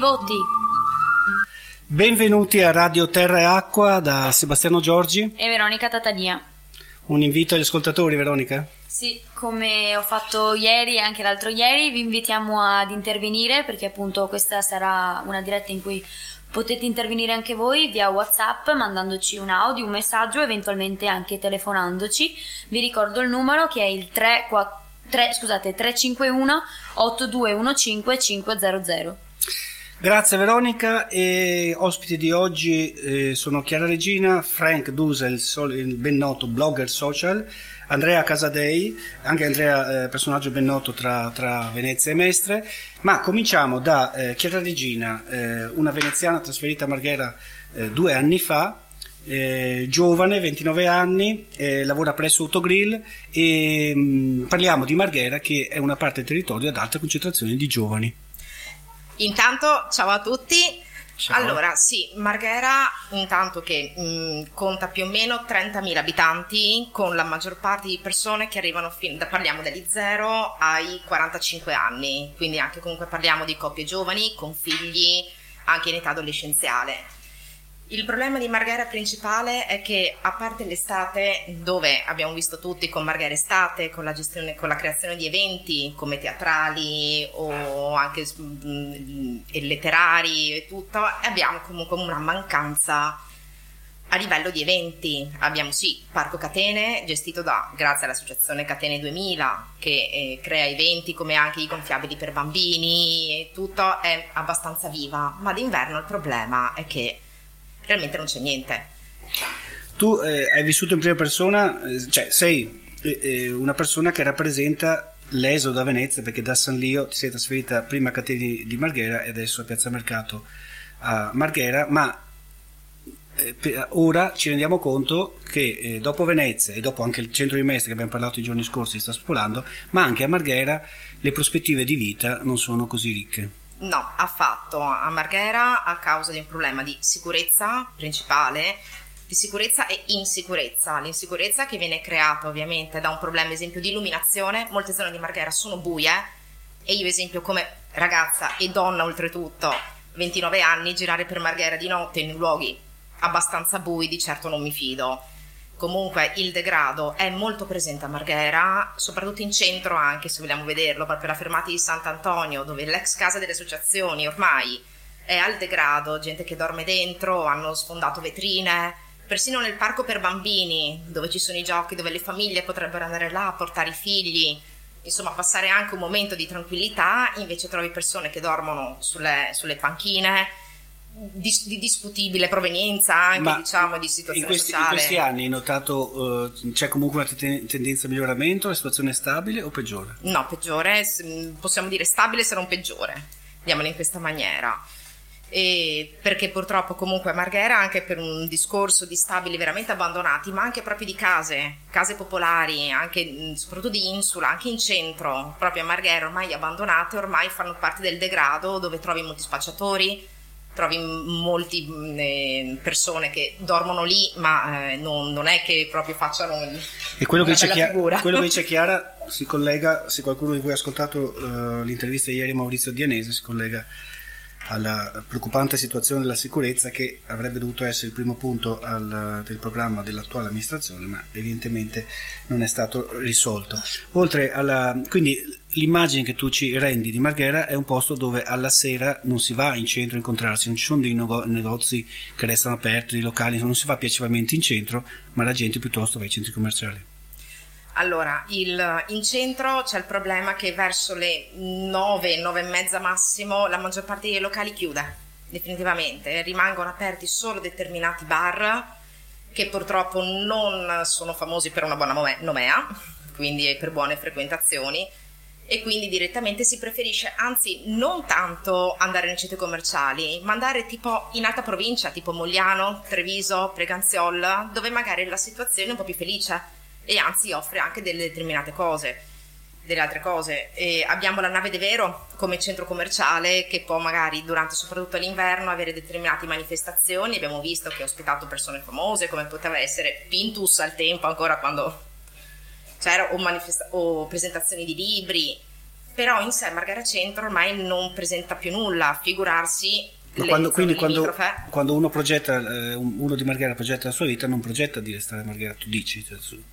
voti. Benvenuti a Radio Terra e Acqua da Sebastiano Giorgi e Veronica Tatania. Un invito agli ascoltatori, Veronica? Sì, come ho fatto ieri e anche l'altro ieri, vi invitiamo ad intervenire perché appunto questa sarà una diretta in cui potete intervenire anche voi via WhatsApp mandandoci un audio, un messaggio, eventualmente anche telefonandoci. Vi ricordo il numero che è il 351 8215 500. Grazie Veronica, e ospiti di oggi sono Chiara Regina, Frank Dusel, il ben noto blogger social, Andrea Casadei, anche Andrea personaggio ben noto tra Venezia e Mestre, ma cominciamo da Chiara Regina, una veneziana trasferita a Marghera 2 anni fa, giovane, 29 anni, lavora presso Autogrill e parliamo di Marghera che è una parte del territorio ad alta concentrazione di giovani. Intanto, ciao a tutti. Ciao. Allora, sì, Marghera intanto che conta più o meno 30.000 abitanti, con la maggior parte di persone che arrivano parliamo dagli 0 ai 45 anni, quindi anche comunque parliamo di coppie giovani, con figli, anche in età adolescenziale. Il problema di Marghera principale è che, a parte l'estate, dove abbiamo visto tutti con Marghera Estate, con la gestione, con la creazione di eventi come teatrali o anche letterari e tutto, abbiamo comunque una mancanza a livello di eventi. Abbiamo sì Parco Catene, gestito grazie all'associazione Catene 2000, che crea eventi come anche i gonfiabili per bambini e tutto è abbastanza viva, ma d'inverno il problema è che realmente non c'è niente. Tu hai vissuto in prima persona, cioè sei una persona che rappresenta l'esodo da Venezia, perché da San Lio ti sei trasferita prima a Catene di Marghera e adesso a Piazza Mercato a Marghera, ma ora ci rendiamo conto che dopo Venezia e dopo anche il centro di Mestre che abbiamo parlato i giorni scorsi sta spopolando, ma anche a Marghera le prospettive di vita non sono così ricche. No, affatto. A Marghera, a causa di un problema di sicurezza principale, di sicurezza e insicurezza. L'insicurezza che viene creata ovviamente da un problema, esempio, di illuminazione. Molte zone di Marghera sono buie e io, esempio, come ragazza e donna oltretutto, 29 anni, girare per Marghera di notte in luoghi abbastanza bui di certo non mi fido. Comunque il degrado è molto presente a Marghera, soprattutto in centro, anche se vogliamo vederlo, proprio la fermata di Sant'Antonio, dove l'ex casa delle associazioni ormai è al degrado, gente che dorme dentro, hanno sfondato vetrine, persino nel parco per bambini, dove ci sono i giochi, dove le famiglie potrebbero andare là a portare i figli, insomma passare anche un momento di tranquillità, invece trovi persone che dormono sulle panchine, di discutibile provenienza anche. Ma diciamo di situazione sociale. In questi anni hai notato c'è comunque una tendenza a miglioramento, la situazione è stabile o peggiore? No, peggiore, possiamo dire stabile se non peggiore, diamola in questa maniera, perché purtroppo comunque a Marghera, anche per un discorso di stabili veramente abbandonati, ma anche proprio di case popolari, anche soprattutto di insula, anche in centro, proprio a Marghera ormai abbandonate, ormai fanno parte del degrado, dove trovi molti spacciatori, trovi molte persone che dormono lì, ma non è che proprio facciano e quello una che bella figura. Quello che dice Chiara si collega, se qualcuno di voi ha ascoltato l'intervista di ieri a Maurizio Dianese, si collega alla preoccupante situazione della sicurezza che avrebbe dovuto essere il primo punto del programma dell'attuale amministrazione, ma evidentemente non è stato risolto. Quindi l'immagine che tu ci rendi di Marghera è un posto dove alla sera non si va in centro a incontrarsi, non ci sono dei negozi che restano aperti, dei locali, non si va piacevolmente in centro, ma la gente piuttosto va ai centri commerciali. Allora, in centro c'è il problema che verso le 9 e mezza massimo la maggior parte dei locali chiude, definitivamente. Rimangono aperti solo determinati bar che purtroppo non sono famosi per una buona nomea, quindi per buone frequentazioni, e quindi direttamente si preferisce, anzi non tanto andare nei centri commerciali, ma andare tipo in alta provincia, tipo Mogliano, Treviso, Preganziol, dove magari la situazione è un po' più felice e anzi offre anche delle determinate cose, delle altre cose. E abbiamo la Nave de Vero come centro commerciale che può magari durante soprattutto l'inverno avere determinate manifestazioni. Abbiamo visto che ha ospitato persone famose, come poteva essere Pintus al tempo, ancora quando c'era, o presentazioni di libri, però in sé Marghera Centro ormai non presenta più nulla, figurarsi. Ma quando uno progetta, uno di Marghera progetta la sua vita, non progetta di restare a Marghera, tu dici?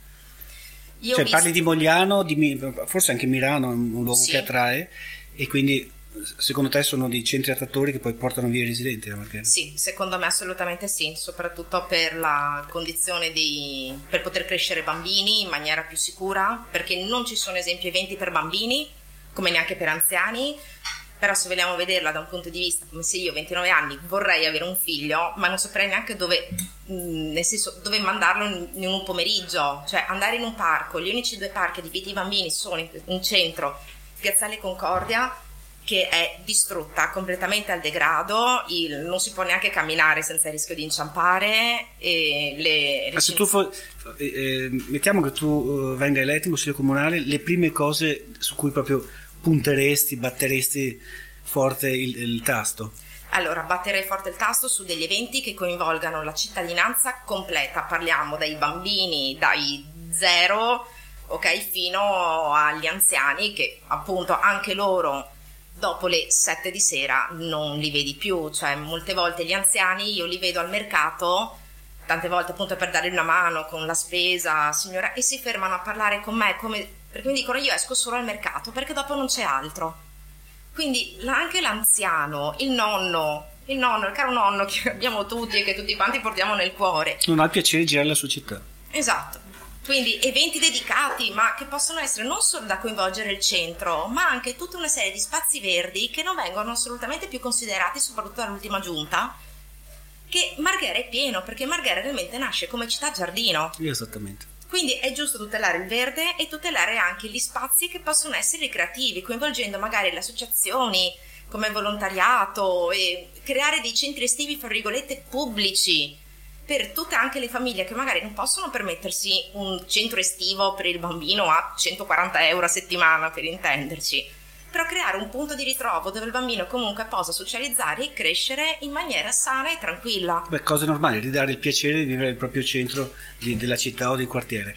Cioè parli di Mogliano, forse anche Milano è un luogo che attrae, e quindi secondo te sono dei centri attrattori che poi portano via i residenti da Marghera? Sì, secondo me assolutamente sì, soprattutto per la condizione per poter crescere bambini in maniera più sicura, perché non ci sono esempio eventi per bambini, come neanche per anziani. Però se vogliamo vederla da un punto di vista, come se io a 29 anni vorrei avere un figlio, ma non saprei neanche dove, nel senso, dove mandarlo in un pomeriggio, cioè andare in un parco. Gli unici 2 parchi adibiti ai bambini sono in centro, Piazzale Concordia, che è distrutta completamente al degrado, non si può neanche camminare senza il rischio di inciampare. E mettiamo che tu venga eletto in consiglio comunale, le prime cose su cui proprio batteresti forte il tasto? Allora, batterei forte il tasto su degli eventi che coinvolgano la cittadinanza completa, parliamo dai bambini, dai 0, ok, fino agli anziani, che appunto anche loro dopo le 7 di sera non li vedi più, cioè molte volte gli anziani io li vedo al mercato, tante volte appunto per dare una mano con la spesa, signora, e si fermano a parlare con me perché mi dicono io esco solo al mercato perché dopo non c'è altro. Quindi anche l'anziano, il nonno, il caro nonno che abbiamo tutti e che tutti quanti portiamo nel cuore, non ha il piacere di girare la sua città. Esatto. Quindi eventi dedicati, ma che possono essere non solo da coinvolgere il centro, ma anche tutta una serie di spazi verdi che non vengono assolutamente più considerati, soprattutto dall'ultima giunta, che Marghera è pieno, perché Marghera realmente nasce come città giardino. Esattamente. Quindi è giusto tutelare il verde e tutelare anche gli spazi che possono essere ricreativi, coinvolgendo magari le associazioni come volontariato e creare dei centri estivi, fra virgolette, pubblici per tutte anche le famiglie che magari non possono permettersi un centro estivo per il bambino a 140 euro a settimana, per intenderci. Però creare un punto di ritrovo dove il bambino comunque possa socializzare e crescere in maniera sana e tranquilla. Beh, cose normali, ridare il piacere di vivere il proprio centro della città o del quartiere.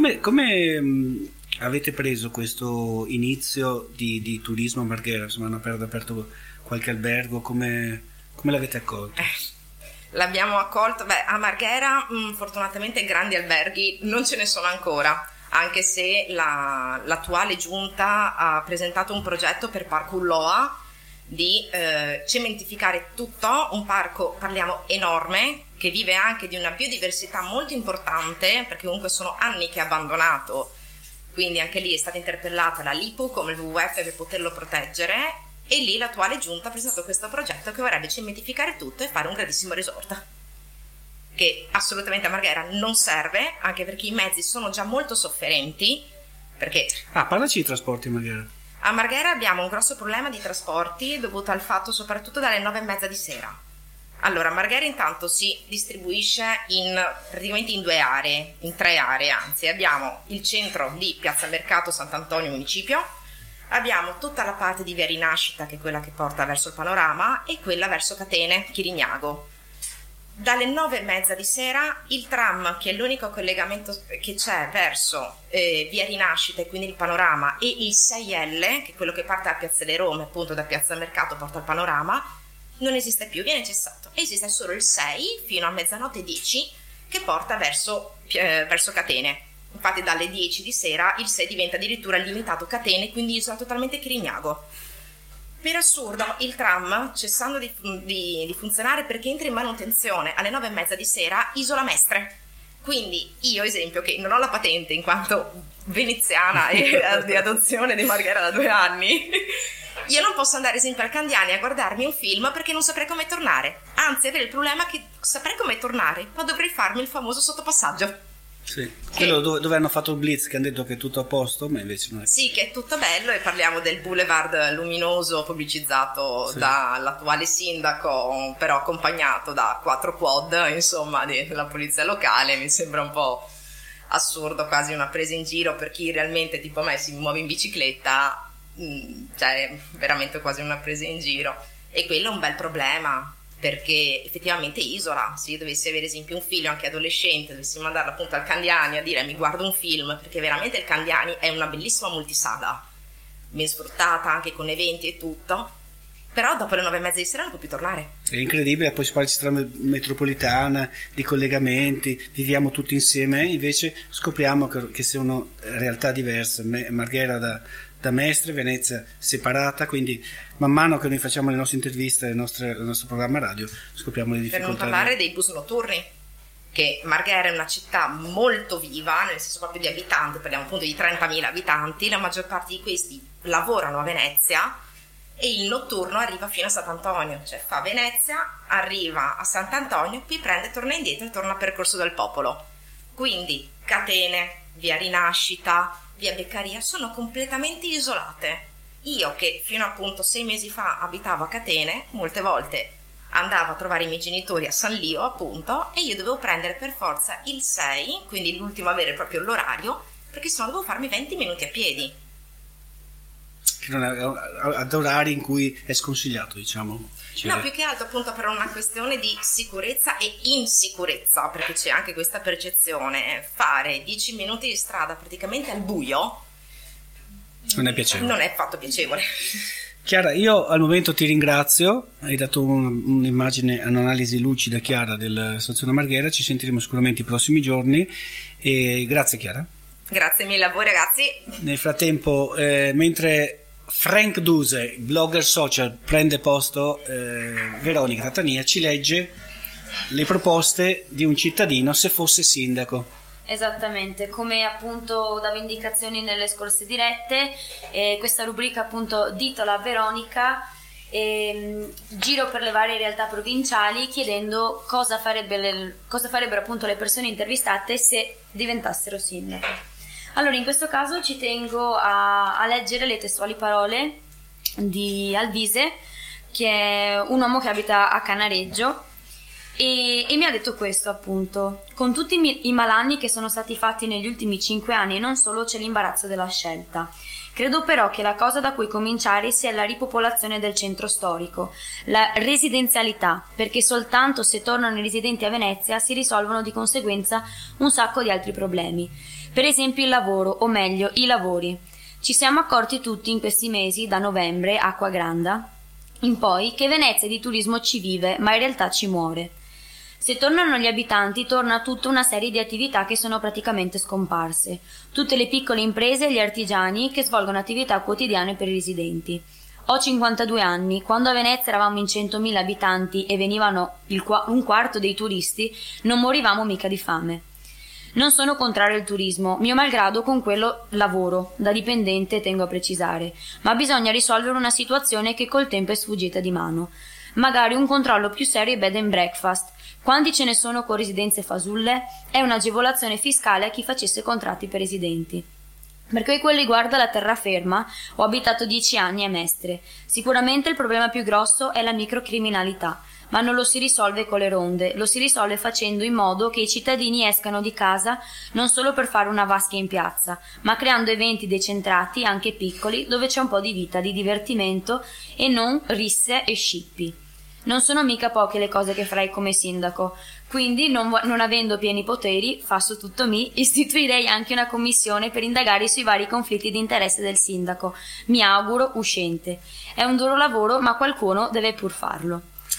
Come avete preso questo inizio di turismo a Marghera? Insomma, hanno aperto qualche albergo, come l'avete accolto? L'abbiamo accolto, a Marghera fortunatamente grandi alberghi non ce ne sono ancora, anche se l'attuale giunta ha presentato un progetto per Parco Ulloa di cementificare tutto, un parco, parliamo, enorme, che vive anche di una biodiversità molto importante, perché comunque sono anni che è abbandonato, quindi anche lì è stata interpellata la LIPU come il WWF per poterlo proteggere, e lì l'attuale giunta ha presentato questo progetto che vorrebbe cementificare tutto e fare un grandissimo resort, che assolutamente a Marghera non serve, anche perché i mezzi sono già molto sofferenti, perché parlaci di trasporti a Marghera. A Marghera abbiamo un grosso problema di trasporti dovuto al fatto soprattutto dalle 9:30 di sera. Allora, Marghera intanto si distribuisce praticamente in 2 aree, in 3 aree anzi. Abbiamo il centro di Piazza Mercato Sant'Antonio Municipio, abbiamo tutta la parte di Via Rinascita, che è quella che porta verso il panorama, e quella verso Catene, Chirignago. Dalle 9:30 di sera il tram, che è l'unico collegamento che c'è verso Via Rinascita e quindi il panorama, e il 6L, che è quello che parte da Piazza delle Rome, appunto da Piazza Mercato porta al panorama, non esiste più, viene cessato. Esiste solo il 6 fino a 00:10 che porta verso Catene. Infatti dalle 10 di sera il 6 diventa addirittura limitato Catene, quindi isola totalmente Chirignago. Per assurdo il tram, cessando di funzionare perché entra in manutenzione alle 9:30 di sera, isola Mestre. Quindi io, esempio, che non ho la patente in quanto veneziana e di adozione di Marghera da 2 anni, io non posso andare, esempio, al Candiani a guardarmi un film perché non saprei come tornare. Anzi, avere il problema che saprei come tornare, ma dovrei farmi il famoso sottopassaggio. Sì, quello dove hanno fatto il blitz, che hanno detto che è tutto a posto, ma invece non è. Sì, che è tutto bello, e parliamo del boulevard luminoso pubblicizzato dall'attuale sindaco, però accompagnato da 4 quad, insomma, della polizia locale. Mi sembra un po' assurdo, quasi una presa in giro per chi realmente, tipo me, si muove in bicicletta, cioè è veramente quasi una presa in giro, e quello è un bel problema. Perché effettivamente isola. Se io dovessi avere, esempio, un figlio anche adolescente, dovessi mandarlo appunto al Candiani a dire mi guardo un film, perché veramente il Candiani è una bellissima multisala, ben sfruttata anche con eventi e tutto, però dopo le 9:30 di sera non può più tornare. È incredibile, poi si parla di città metropolitana, di collegamenti, viviamo tutti insieme, invece scopriamo che sono realtà diverse. Marghera da Mestre, Venezia separata, quindi man mano che noi facciamo le nostre interviste, il nostro programma radio, scopriamo le difficoltà. Per non parlare dei bus notturni, che Marghera è una città molto viva, nel senso proprio di abitanti, parliamo appunto di 30.000 abitanti, la maggior parte di questi lavorano a Venezia e il notturno arriva fino a Sant'Antonio, cioè fa Venezia, arriva a Sant'Antonio, poi prende, torna indietro e torna a Percorso del Popolo. Quindi Catene, via Rinascita, via Beccaria sono completamente isolate. Io che fino appunto 6 mesi fa abitavo a Catene, molte volte andavo a trovare i miei genitori a San Lio appunto, e io dovevo prendere per forza il 6, quindi l'ultimo avere proprio l'orario, perché sennò dovevo farmi 20 minuti a piedi. Che non è, ad orari in cui è sconsigliato, diciamo. No, più che altro appunto per una questione di sicurezza e insicurezza, perché c'è anche questa percezione, fare 10 minuti di strada praticamente al buio non è piacevole. Non è affatto piacevole. Chiara, io al momento ti ringrazio, hai dato un'immagine, un'analisi lucida, chiara della situazione a Marghera, ci sentiremo sicuramente i prossimi giorni e grazie Chiara. Grazie mille a voi ragazzi. Nel frattempo, mentre Frank Duse, blogger social, prende posto, Veronica Tatania ci legge le proposte di un cittadino se fosse sindaco. Esattamente, come appunto davo indicazioni nelle scorse dirette, questa rubrica appunto Dito la Veronica, giro per le varie realtà provinciali chiedendo cosa farebbero appunto le persone intervistate se diventassero sindaco. Allora, in questo caso ci tengo a leggere le testuali parole di Alvise, che è un uomo che abita a Canareggio, e mi ha detto questo appunto: con tutti i malanni che sono stati fatti negli ultimi 5 anni e non solo, c'è l'imbarazzo della scelta. Credo però che la cosa da cui cominciare sia la ripopolazione del centro storico, la residenzialità, perché soltanto se tornano i residenti a Venezia si risolvono di conseguenza un sacco di altri problemi. Per esempio il lavoro, o meglio i lavori. Ci siamo accorti tutti in questi mesi, da novembre, Acqua Granda, in poi, che Venezia di turismo ci vive, ma in realtà ci muore. Se tornano gli abitanti, torna tutta una serie di attività che sono praticamente scomparse. Tutte le piccole imprese e gli artigiani che svolgono attività quotidiane per i residenti. Ho 52 anni, quando a Venezia eravamo in 100.000 abitanti e venivano un quarto dei turisti, non morivamo mica di fame. Non sono contrario al turismo, mio malgrado con quello lavoro, da dipendente tengo a precisare, ma bisogna risolvere una situazione che col tempo è sfuggita di mano. Magari un controllo più serio ai bed and breakfast. Quanti ce ne sono con residenze fasulle? È un'agevolazione fiscale a chi facesse contratti per residenti. Per quel riguarda la terraferma, ho abitato 10 anni a Mestre. Sicuramente il problema più grosso è la microcriminalità, ma non lo si risolve con le ronde, lo si risolve facendo in modo che i cittadini escano di casa non solo per fare una vasca in piazza, ma creando eventi decentrati, anche piccoli, dove c'è un po' di vita, di divertimento e non risse e scippi. Non sono mica poche le cose che farai come sindaco, quindi non avendo pieni poteri, fa su tutto me, istituirei anche una commissione per indagare sui vari conflitti di interesse del sindaco, mi auguro uscente. È un duro lavoro, ma qualcuno deve pur farlo.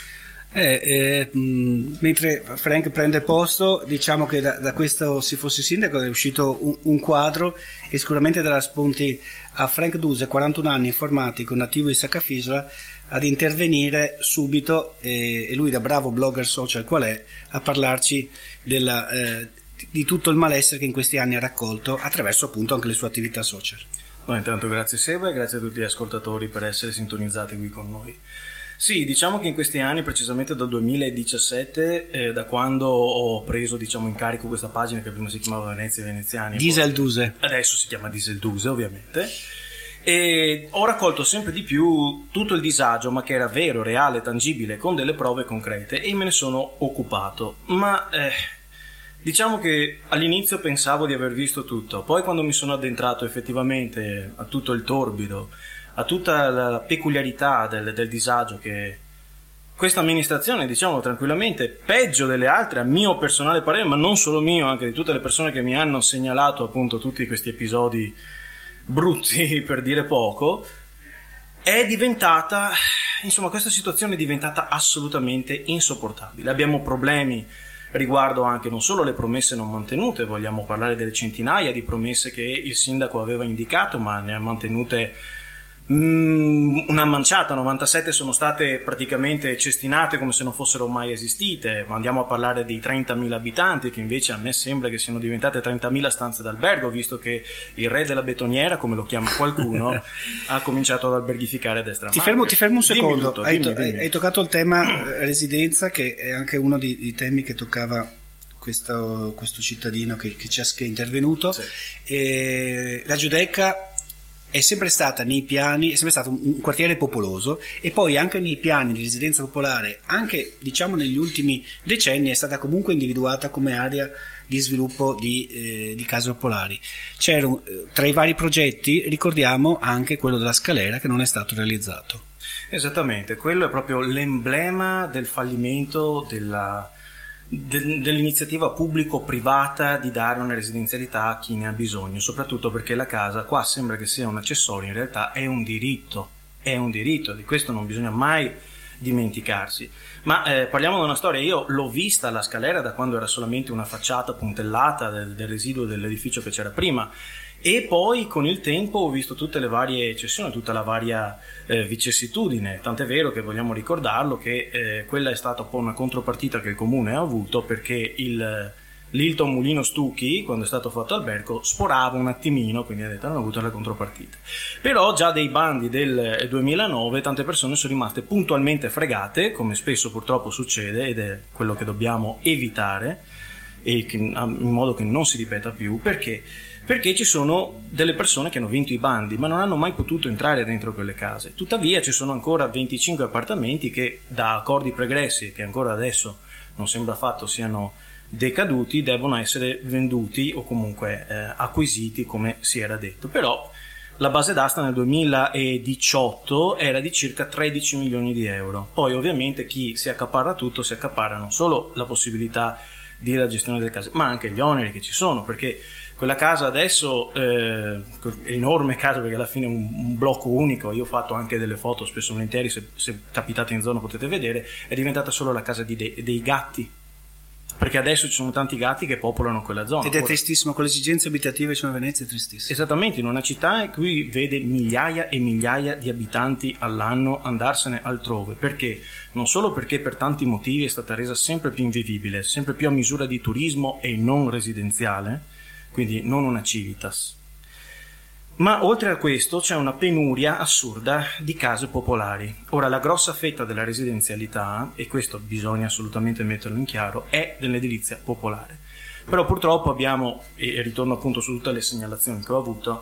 Mentre Frank prende posto, diciamo che da questo Si fossi sindaco è uscito un quadro che sicuramente darà spunti a Frank Duse, 41 anni, informatico, nativo di Saccafisola, ad intervenire subito, e lui, da bravo blogger social qual è, a parlarci di tutto il malessere che in questi anni ha raccolto attraverso appunto anche le sue attività social. Intanto grazie Seba e grazie a tutti gli ascoltatori per essere sintonizzati qui con noi. Sì, diciamo che in questi anni, precisamente dal 2017, da quando ho preso in carico questa pagina che prima si chiamava Venezia e Veneziani, Diesel Duse, adesso si chiama Diesel Duse ovviamente, e ho raccolto sempre di più tutto il disagio, ma che era vero, reale, tangibile, con delle prove concrete, e me ne sono occupato. Ma diciamo che all'inizio pensavo di aver visto tutto, poi quando mi sono addentrato effettivamente a tutto il torbido, a tutta la peculiarità del disagio che questa amministrazione, diciamo tranquillamente, peggio delle altre a mio personale parere, ma non solo mio, anche di tutte le persone che mi hanno segnalato appunto tutti questi episodi brutti per dire poco, è diventata, insomma, questa situazione è diventata assolutamente insopportabile. Abbiamo problemi riguardo anche non solo le promesse non mantenute, vogliamo parlare delle centinaia di promesse che il sindaco aveva indicato, ma ne ha mantenute una manciata. 97 sono state praticamente cestinate come se non fossero mai esistite. Ma andiamo a parlare di 30.000 abitanti, che invece a me sembra che siano diventate 30.000 stanze d'albergo, visto che il re della betoniera, come lo chiama qualcuno, ha cominciato ad alberghificare a destra. Ti fermo un secondo. Tutto, dimmi. Hai toccato il tema residenza, che è anche uno dei temi che toccava questo cittadino che è intervenuto. Sì. E la Giudecca è sempre stata nei piani, è sempre stato un quartiere popoloso, e poi anche nei piani di residenza popolare, anche diciamo negli ultimi decenni, è stata comunque individuata come area di sviluppo di case popolari. C'era tra i vari progetti, ricordiamo anche quello della Scalera, che non è stato realizzato. Esattamente, quello è proprio l'emblema del fallimento dell'iniziativa pubblico-privata di dare una residenzialità a chi ne ha bisogno, soprattutto perché la casa qua sembra che sia un accessorio, in realtà è un diritto, di questo non bisogna mai dimenticarsi. Ma parliamo di una storia. Io l'ho vista la Scalera da quando era solamente una facciata puntellata del residuo dell'edificio che c'era prima, e poi con il tempo ho visto tutte le varie cessioni, tutta la varia vicissitudine, tant'è vero che vogliamo ricordarlo che quella è stata un po' una contropartita che il comune ha avuto, perché l'Hilton Mulino Stucchi, quando è stato fatto albergo, sporava un attimino, quindi ha detto hanno avuto la contropartita. Però già dei bandi del 2009 tante persone sono rimaste puntualmente fregate, come spesso purtroppo succede, ed è quello che dobbiamo evitare, in modo che non si ripeta più. Perché ci sono delle persone che hanno vinto i bandi ma non hanno mai potuto entrare dentro quelle case. Tuttavia ci sono ancora 25 appartamenti che, da accordi pregressi, che ancora adesso non sembra affatto siano decaduti, devono essere venduti o comunque acquisiti, come si era detto. Però la base d'asta nel 2018 era di circa 13 milioni di euro. Poi ovviamente chi si accaparra tutto si accaparra non solo la possibilità di la gestione delle case, ma anche gli oneri che ci sono, perché quella casa adesso, enorme casa, perché alla fine è un blocco unico, io ho fatto anche delle foto spesso e volentieri, se capitate in zona potete vedere, è diventata solo la casa dei gatti, perché adesso ci sono tanti gatti che popolano quella zona. Ed è tristissimo, con le esigenze abitative che sono a Venezia è tristissimo. Esattamente, in una città in cui vede migliaia e migliaia di abitanti all'anno andarsene altrove. Perché? Non solo perché per tanti motivi è stata resa sempre più invivibile, sempre più a misura di turismo e non residenziale, quindi non una civitas. Ma oltre a questo c'è una penuria assurda di case popolari. Ora, la grossa fetta della residenzialità, e questo bisogna assolutamente metterlo in chiaro, è dell'edilizia popolare. Però purtroppo abbiamo, e ritorno appunto su tutte le segnalazioni che ho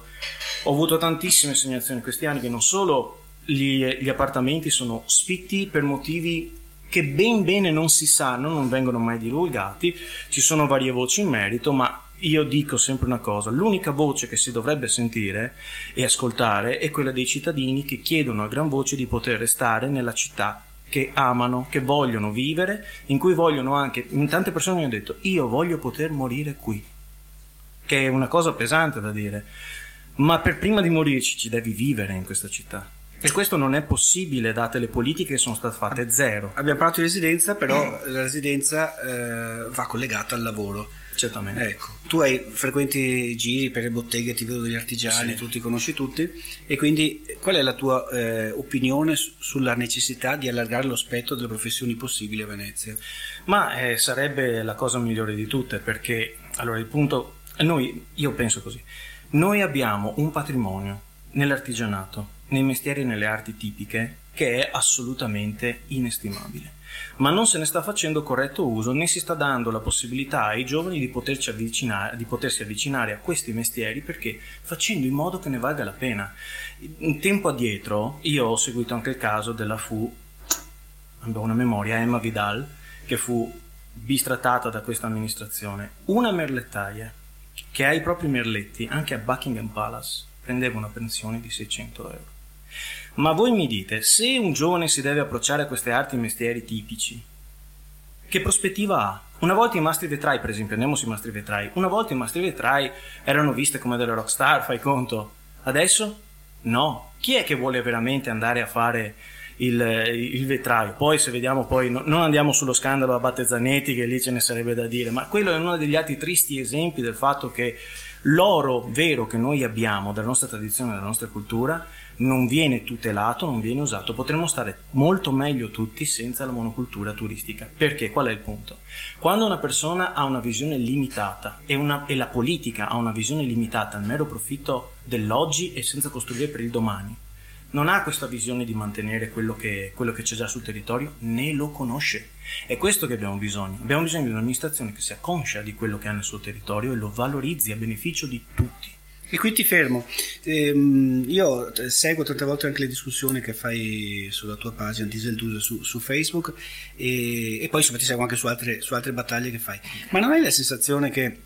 avuto tantissime segnalazioni in questi anni che non solo gli appartamenti sono sfitti per motivi che ben bene non si sanno, non vengono mai divulgati, ci sono varie voci in merito, ma io dico sempre una cosa: l'unica voce che si dovrebbe sentire e ascoltare è quella dei cittadini che chiedono a gran voce di poter restare nella città che amano, che vogliono vivere, in cui vogliono anche, in tante persone mi hanno detto io voglio poter morire qui, che è una cosa pesante da dire, ma per prima di morirci ci devi vivere in questa città. E questo non è possibile date le politiche che sono state fatte. Zero. Abbiamo parlato di residenza, però la residenza va collegata al lavoro. Certamente. Ecco, tu hai frequenti giri per le botteghe, ti vedo degli artigiani, sì. Tu ti conosci tutti, e quindi qual è la tua opinione sulla necessità di allargare lo spettro delle professioni possibili a Venezia? Ma sarebbe la cosa migliore di tutte, perché allora il punto, io penso così, noi abbiamo un patrimonio nell'artigianato, nei mestieri e nelle arti tipiche che è assolutamente inestimabile, ma non se ne sta facendo corretto uso, né si sta dando la possibilità ai giovani di potersi avvicinare a questi mestieri, perché facendo in modo che ne valga la pena. Un tempo addietro io ho seguito anche il caso della abbiamo una memoria, Emma Vidal, che fu bistrattata da questa amministrazione. Una merlettaia che ha i propri merletti anche a Buckingham Palace prendeva una pensione di 600 euro. Ma voi mi dite, se un giovane si deve approcciare a queste arti e mestieri tipici, che prospettiva ha? Una volta i mastri vetrai, per esempio, andiamo sui mastri vetrai, una volta i mastri vetrai erano viste come delle rockstar, fai conto? Adesso? No. Chi è che vuole veramente andare a fare il vetraio? Poi se vediamo, poi non andiamo sullo scandalo a Battezanetti, che lì ce ne sarebbe da dire, ma quello è uno degli altri tristi esempi del fatto che l'oro vero che noi abbiamo della nostra tradizione, della nostra cultura, non viene tutelato, non viene usato. Potremmo stare molto meglio tutti senza la monocultura turistica. Perché? Qual è il punto? Quando una persona ha una visione limitata e la politica ha una visione limitata al mero profitto dell'oggi e senza costruire per il domani, non ha questa visione di mantenere quello che c'è già sul territorio, né lo conosce. È questo che abbiamo bisogno. Abbiamo bisogno di un'amministrazione che sia conscia di quello che ha nel suo territorio e lo valorizzi a beneficio di tutti. E qui ti fermo. Io seguo tante volte anche le discussioni che fai sulla tua pagina Diesel d'Uso su Facebook e poi insomma ti seguo anche su altre battaglie che fai. Ma non hai la sensazione che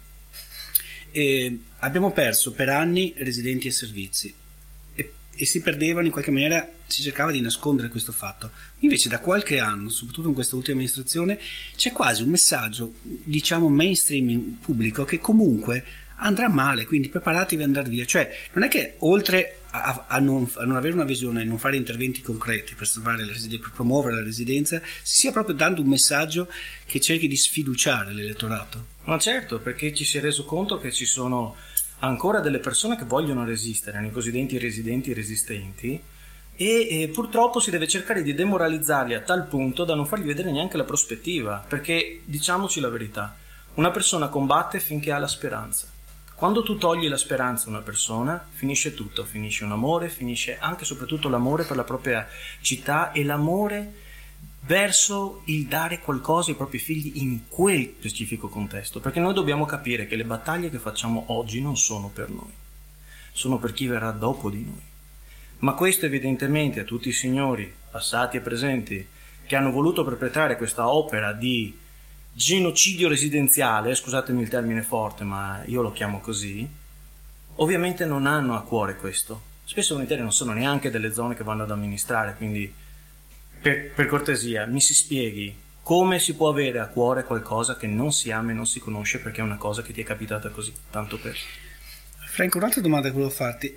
abbiamo perso per anni residenti e servizi e si perdevano in qualche maniera, si cercava di nascondere questo fatto? Invece da qualche anno, soprattutto in questa ultima amministrazione, c'è quasi un messaggio, diciamo mainstream pubblico, che comunque andrà male, quindi preparatevi ad andare via. Cioè non è che oltre a non avere una visione e non fare interventi concreti per per promuovere la residenza, si sia proprio dando un messaggio che cerchi di sfiduciare l'elettorato. Ma certo, perché ci si è reso conto che ci sono ancora delle persone che vogliono resistere, nei cosiddetti residenti resistenti, e purtroppo si deve cercare di demoralizzarli a tal punto da non fargli vedere neanche la prospettiva, perché diciamoci la verità, una persona combatte finché ha la speranza. Quando tu togli la speranza a una persona, finisce tutto, finisce un amore, finisce anche e soprattutto l'amore per la propria città e l'amore verso il dare qualcosa ai propri figli in quel specifico contesto, perché noi dobbiamo capire che le battaglie che facciamo oggi non sono per noi, sono per chi verrà dopo di noi. Ma questo evidentemente a tutti i signori passati e presenti che hanno voluto perpetrare questa opera di genocidio residenziale, scusatemi il termine forte ma io lo chiamo così, ovviamente non hanno a cuore questo. Spesso e volentieri non sono neanche delle zone che vanno ad amministrare, quindi per cortesia mi si spieghi come si può avere a cuore qualcosa che non si ama e non si conosce perché è una cosa che ti è capitata così, tanto per... Franco, un'altra domanda che volevo farti.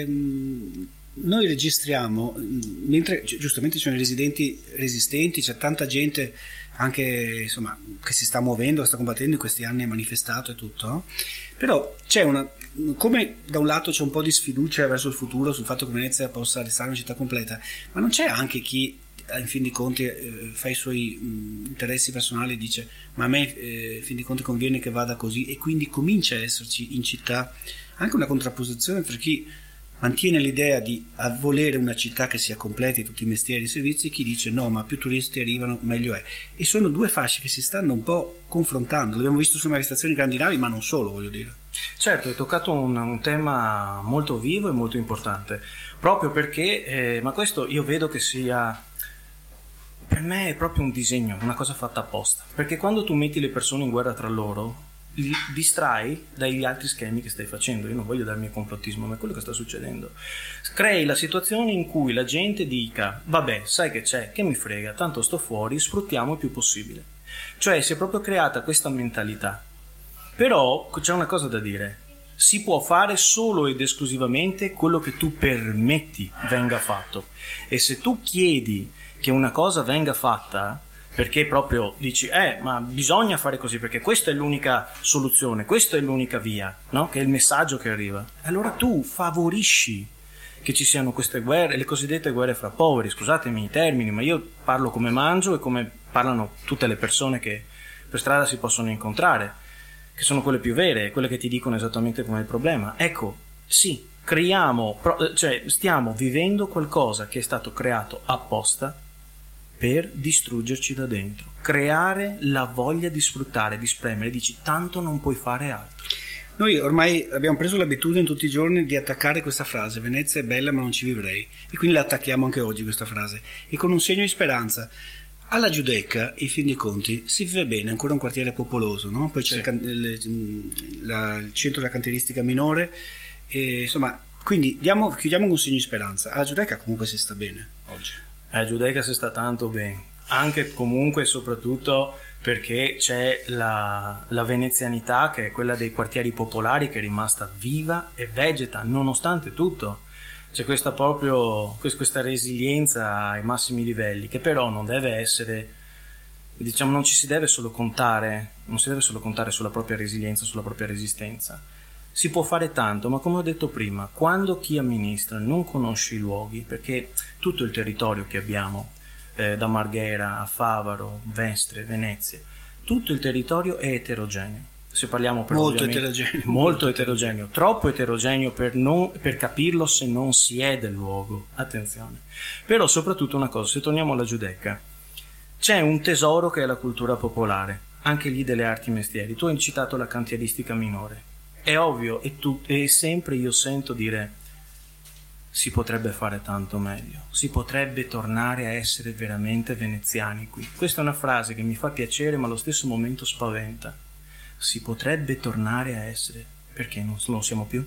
Noi registriamo, mentre giustamente ci sono i residenti resistenti, c'è tanta gente anche insomma che si sta muovendo, sta combattendo in questi anni, ha manifestato e tutto, no? Però c'è come da un lato c'è un po' di sfiducia verso il futuro sul fatto che Venezia possa restare una città completa, ma non c'è anche chi in fin dei conti fa i suoi interessi personali e dice ma a me in fin dei conti conviene che vada così, e quindi comincia a esserci in città anche una contrapposizione tra chi mantiene l'idea di volere una città che sia completa di tutti i mestieri e i servizi e chi dice no, ma più turisti arrivano meglio è, e sono due fasce che si stanno un po' confrontando. L'abbiamo visto sulle manifestazioni grandi navi, ma non solo, voglio dire. Certo, hai toccato un tema molto vivo e molto importante, proprio perché ma questo io vedo che sia, per me è proprio un disegno, una cosa fatta apposta, perché quando tu metti le persone in guerra tra loro li distrai dagli altri schemi che stai facendo. Io non voglio darmi il complottismo, ma è quello che sta succedendo. Crei la situazione in cui la gente dica vabbè, sai che c'è, che mi frega, tanto sto fuori, sfruttiamo il più possibile. Cioè si è proprio creata questa mentalità. Però c'è una cosa da dire: si può fare solo ed esclusivamente quello che tu permetti venga fatto, e se tu chiedi che una cosa venga fatta perché proprio dici ma bisogna fare così perché questa è l'unica soluzione, questa è l'unica via, no? Che è il messaggio che arriva, allora tu favorisci che ci siano queste guerre, le cosiddette guerre fra poveri. Scusatemi i termini, ma io parlo come mangio e come parlano tutte le persone che per strada si possono incontrare, che sono quelle più vere, quelle che ti dicono esattamente com'è il problema. Ecco, sì, stiamo vivendo qualcosa che è stato creato apposta per distruggerci da dentro, creare la voglia di sfruttare, di spremere, dici tanto non puoi fare altro. Noi ormai abbiamo preso l'abitudine tutti i giorni di attaccare questa frase: Venezia è bella ma non ci vivrei, e quindi la attacchiamo anche oggi questa frase, e con un segno di speranza. Alla Giudecca, in fin dei conti, si vive bene, è ancora un quartiere popoloso, no? Poi c'è il centro della cantieristica minore, e, insomma, quindi chiudiamo con un segno di speranza. Alla Giudecca comunque si sta bene oggi. A Giudecca si sta tanto bene, anche comunque e soprattutto perché c'è la venezianità, che è quella dei quartieri popolari, che è rimasta viva e vegeta nonostante tutto. C'è questa resilienza ai massimi livelli, che però non deve essere, diciamo, non si deve solo contare sulla propria resilienza, sulla propria resistenza. Si può fare tanto, ma come ho detto prima, quando chi amministra non conosce i luoghi, perché tutto il territorio che abbiamo, da Marghera a Favaro, Vestre, Venezia, tutto il territorio è eterogeneo. Se parliamo molto eterogeneo, troppo eterogeneo per capirlo se non si è del luogo, attenzione. Però soprattutto una cosa, se torniamo alla Giudecca, c'è un tesoro che è la cultura popolare, anche lì delle arti e mestieri. Tu hai citato la cantieristica minore, è ovvio, e sempre io sento dire si potrebbe fare tanto meglio, si potrebbe tornare a essere veramente veneziani qui. Questa è una frase che mi fa piacere ma allo stesso momento spaventa. Si potrebbe tornare a essere, perché non lo siamo più?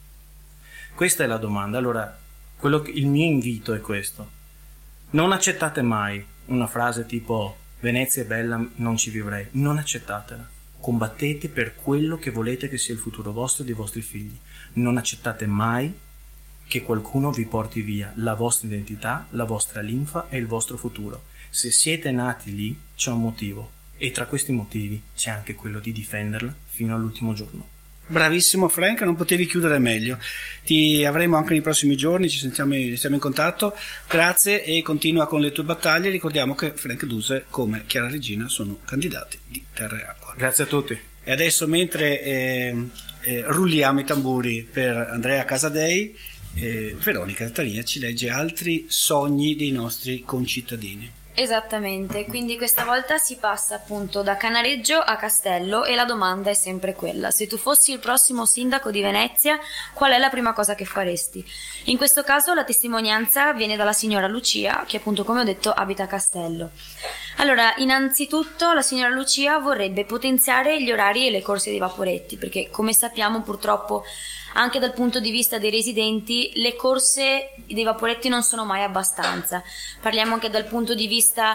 Questa è la domanda. Allora, il mio invito è questo: non accettate mai una frase tipo Venezia è bella, non ci vivrei. Non accettatela. Combattete per quello che volete che sia il futuro vostro e dei vostri figli. Non accettate mai che qualcuno vi porti via la vostra identità, la vostra linfa e il vostro futuro. Se siete nati lì, c'è un motivo. E tra questi motivi c'è anche quello di difenderla fino all'ultimo giorno. Bravissimo Frank, non potevi chiudere meglio. Ti avremo anche nei prossimi giorni, stiamo in contatto. Grazie e continua con le tue battaglie. Ricordiamo che Frank Duse come Chiara Regina sono candidati di Terra e Acqua. Grazie a tutti. E adesso mentre rulliamo i tamburi per Andrea Casadei, Veronica Tarina ci legge altri sogni dei nostri concittadini. Esattamente, quindi questa volta si passa appunto da Canareggio a Castello e la domanda è sempre quella: se tu fossi il prossimo sindaco di Venezia, qual è la prima cosa che faresti? In questo caso la testimonianza viene dalla signora Lucia, che appunto, come ho detto, abita a Castello. Allora, innanzitutto la signora Lucia vorrebbe potenziare gli orari e le corse dei vaporetti, perché come sappiamo purtroppo anche dal punto di vista dei residenti le corse dei vaporetti non sono mai abbastanza. Parliamo anche dal punto di vista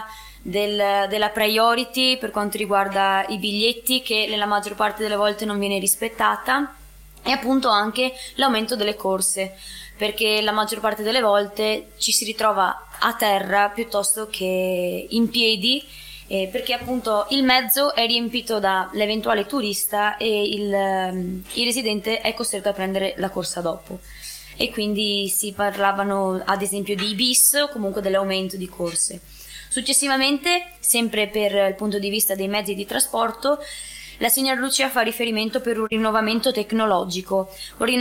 della priority per quanto riguarda i biglietti, che nella maggior parte delle volte non viene rispettata, e appunto anche l'aumento delle corse, perché la maggior parte delle volte ci si ritrova a terra piuttosto che in piedi, perché appunto il mezzo è riempito dall'eventuale turista e il residente è costretto a prendere la corsa dopo, e quindi si parlavano ad esempio di bis o comunque dell'aumento di corse. Successivamente, sempre per il punto di vista dei mezzi di trasporto, la signora Lucia fa riferimento per un rinnovamento tecnologico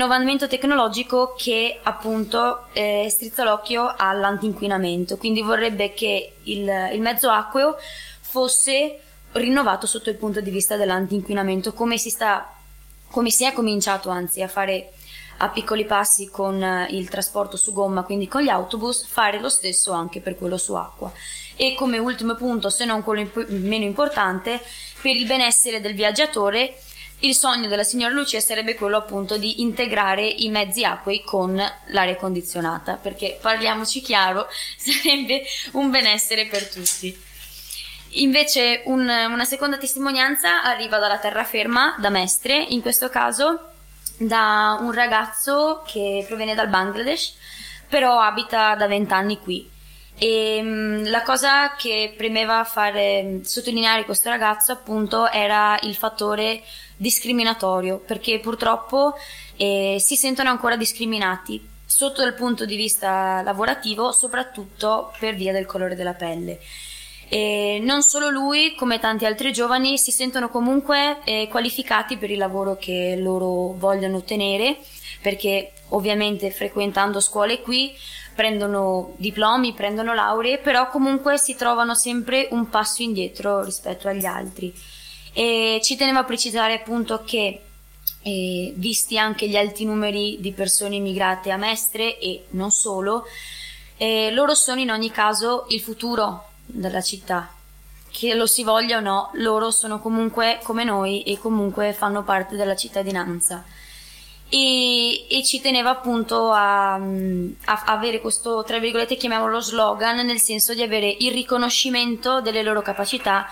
che appunto strizza l'occhio all'antinquinamento, quindi vorrebbe che il mezzo acqueo fosse rinnovato sotto il punto di vista dell'antinquinamento, come si è cominciato anzi a fare a piccoli passi con il trasporto su gomma, quindi con gli autobus, fare lo stesso anche per quello su acqua. E come ultimo punto, se non quello meno importante, per il benessere del viaggiatore, il sogno della signora Lucia sarebbe quello appunto di integrare i mezzi acquei con l'aria condizionata, perché parliamoci chiaro, sarebbe un benessere per tutti. Invece una seconda testimonianza arriva dalla terraferma, da Mestre, in questo caso da un ragazzo che proviene dal Bangladesh, però abita da 20 anni qui. E la cosa che premeva fare sottolineare questo ragazzo appunto era il fattore discriminatorio, perché purtroppo si sentono ancora discriminati sotto il punto di vista lavorativo, soprattutto per via del colore della pelle. E non solo lui, come tanti altri giovani, si sentono comunque qualificati per il lavoro che loro vogliono ottenere, perché ovviamente frequentando scuole qui prendono diplomi, prendono lauree, però comunque si trovano sempre un passo indietro rispetto agli altri. E ci tenevo a precisare appunto che visti anche gli alti numeri di persone immigrate a Mestre e non solo, loro sono in ogni caso il futuro della città, che lo si voglia o no, loro sono comunque come noi e comunque fanno parte della cittadinanza. E ci teneva appunto a avere questo, tra virgolette, chiamiamolo slogan, nel senso di avere il riconoscimento delle loro capacità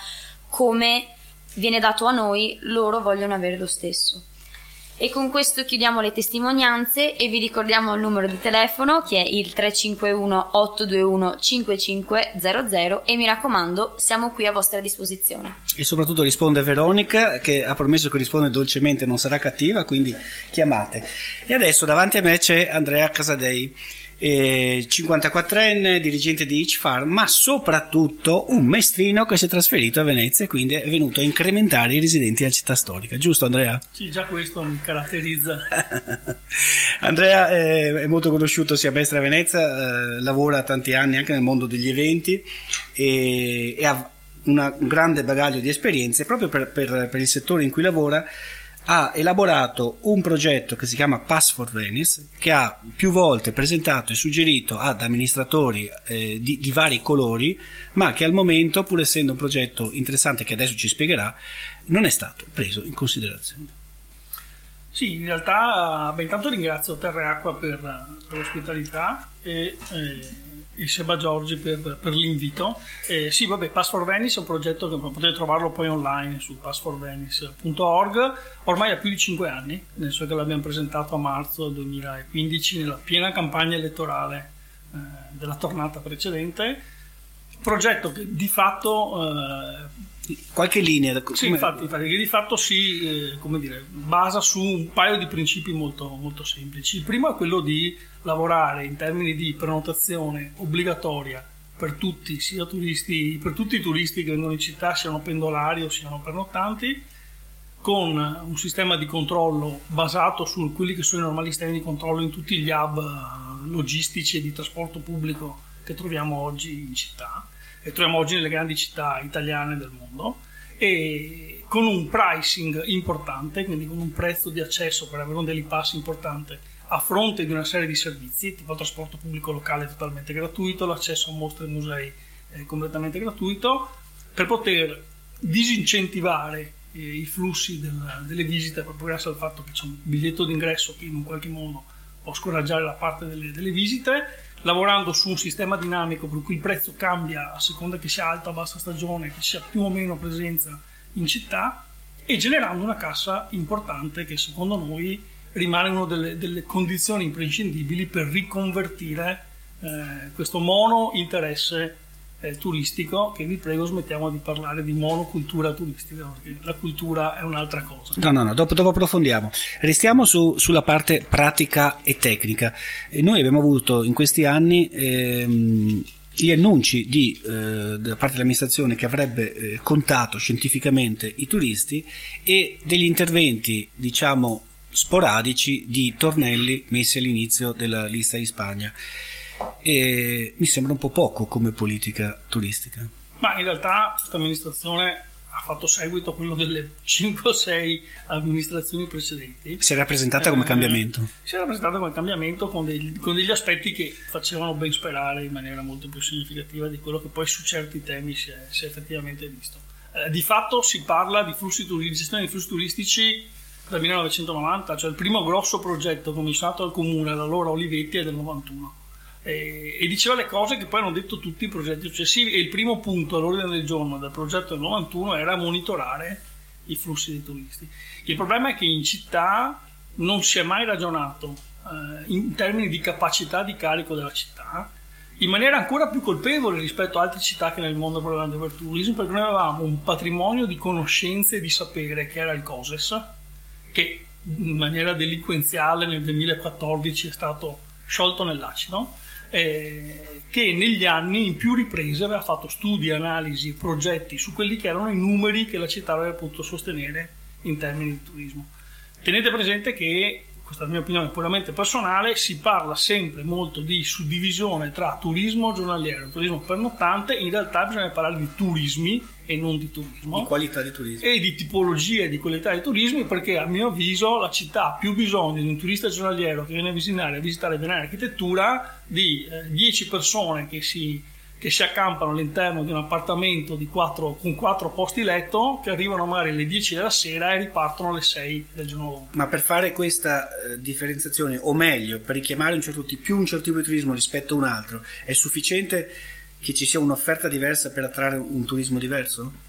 come viene dato a noi, loro vogliono avere lo stesso. E con questo chiudiamo le testimonianze e vi ricordiamo il numero di telefono, che è il 351 821 5500, e mi raccomando, siamo qui a vostra disposizione. E soprattutto risponde Veronica, che ha promesso che risponde dolcemente, non sarà cattiva, quindi chiamate. E adesso davanti a me c'è Andrea Casadei, 54enne, dirigente di Each Farm, ma soprattutto un maestrino che si è trasferito a Venezia e quindi è venuto a incrementare i residenti della città storica, giusto Andrea? Sì, già questo mi caratterizza. Andrea è molto conosciuto sia a Mestre a Venezia, lavora tanti anni anche nel mondo degli eventi e ha un grande bagaglio di esperienze. Proprio per il settore in cui lavora ha elaborato un progetto che si chiama Pass for Venice, che ha più volte presentato e suggerito ad amministratori di vari colori, ma che al momento, pur essendo un progetto interessante che adesso ci spiegherà, non è stato preso in considerazione. Sì, in realtà, intanto ringrazio Terra e Acqua per l'ospitalità e Seba Giorgi per l'invito. Sì, Pass for Venice è un progetto che potete trovarlo poi online su passforvenice.org, ormai ha più di 5 anni, nel senso che l'abbiamo presentato a marzo 2015 nella piena campagna elettorale della tornata precedente. Progetto che di fatto qualche linea sì, infatti che di fatto si basa su un paio di principi molto, molto semplici. Il primo è quello di lavorare in termini di prenotazione obbligatoria per tutti, sia turisti, per tutti i turisti che vengono in città, siano pendolari o siano pernottanti, con un sistema di controllo basato su quelli che sono i normali sistemi di controllo in tutti gli hub logistici e di trasporto pubblico che troviamo oggi in città, che troviamo oggi nelle grandi città italiane del mondo, e con un pricing importante, quindi con un prezzo di accesso per avere un daily pass importante a fronte di una serie di servizi, tipo il trasporto pubblico locale totalmente gratuito, l'accesso a mostre e musei completamente gratuito, per poter disincentivare i flussi delle visite, proprio grazie al fatto che c'è un biglietto d'ingresso che in un qualche modo può scoraggiare la parte delle visite, lavorando su un sistema dinamico per cui il prezzo cambia a seconda che sia alta o bassa stagione, che sia più o meno presenza in città, e generando una cassa importante che secondo noi rimane una delle condizioni imprescindibili per riconvertire questo mono interesse turistico, che vi prego smettiamo di parlare di monocultura turistica, perché la cultura è un'altra cosa. No, dopo approfondiamo. Restiamo sulla parte pratica e tecnica. Noi abbiamo avuto in questi anni gli annunci da parte dell'amministrazione che avrebbe contato scientificamente i turisti e degli interventi, diciamo, sporadici di tornelli messi all'inizio della lista di Spagna. E mi sembra un po' poco come politica turistica. Ma in realtà questa amministrazione ha fatto seguito a quello delle 5 o 6 amministrazioni precedenti. Si era presentata come cambiamento. Si era presentata come cambiamento con degli aspetti che facevano ben sperare in maniera molto più significativa di quello che poi su certi temi si è effettivamente visto. Di fatto si parla di gestione di flussi turistici dal 1990, cioè il primo grosso progetto cominciato al comune, allora Olivetti, è del 91. E diceva le cose che poi hanno detto tutti i progetti successivi, e il primo punto all'ordine del giorno del progetto del 91 era monitorare i flussi dei turisti. Il problema è che in città non si è mai ragionato in termini di capacità di carico della città, in maniera ancora più colpevole rispetto a altre città che nel mondo parlavano del turismo, perché noi avevamo un patrimonio di conoscenze e di sapere che era il COSES, che in maniera delinquenziale nel 2014 è stato sciolto nell'acido, che negli anni in più riprese aveva fatto studi, analisi, progetti su quelli che erano i numeri che la città avrebbe potuto sostenere in termini di turismo. Tenete presente che, questa è la mia opinione puramente personale, si parla sempre molto di suddivisione tra turismo giornaliero e turismo pernottante. In realtà bisogna parlare di turismi e non di turismo, di qualità di turismo e di tipologie e di qualità di turismi, perché a mio avviso la città ha più bisogno di un turista giornaliero che viene a visitare bene l'architettura di 10 persone che si accampano all'interno di un appartamento con 4 posti letto, che arrivano magari alle 10 della sera e ripartono alle 6 del giorno dopo. Ma per fare questa differenziazione, o meglio, per richiamare un certo tipo di turismo rispetto a un altro, è sufficiente che ci sia un'offerta diversa per attrarre un turismo diverso?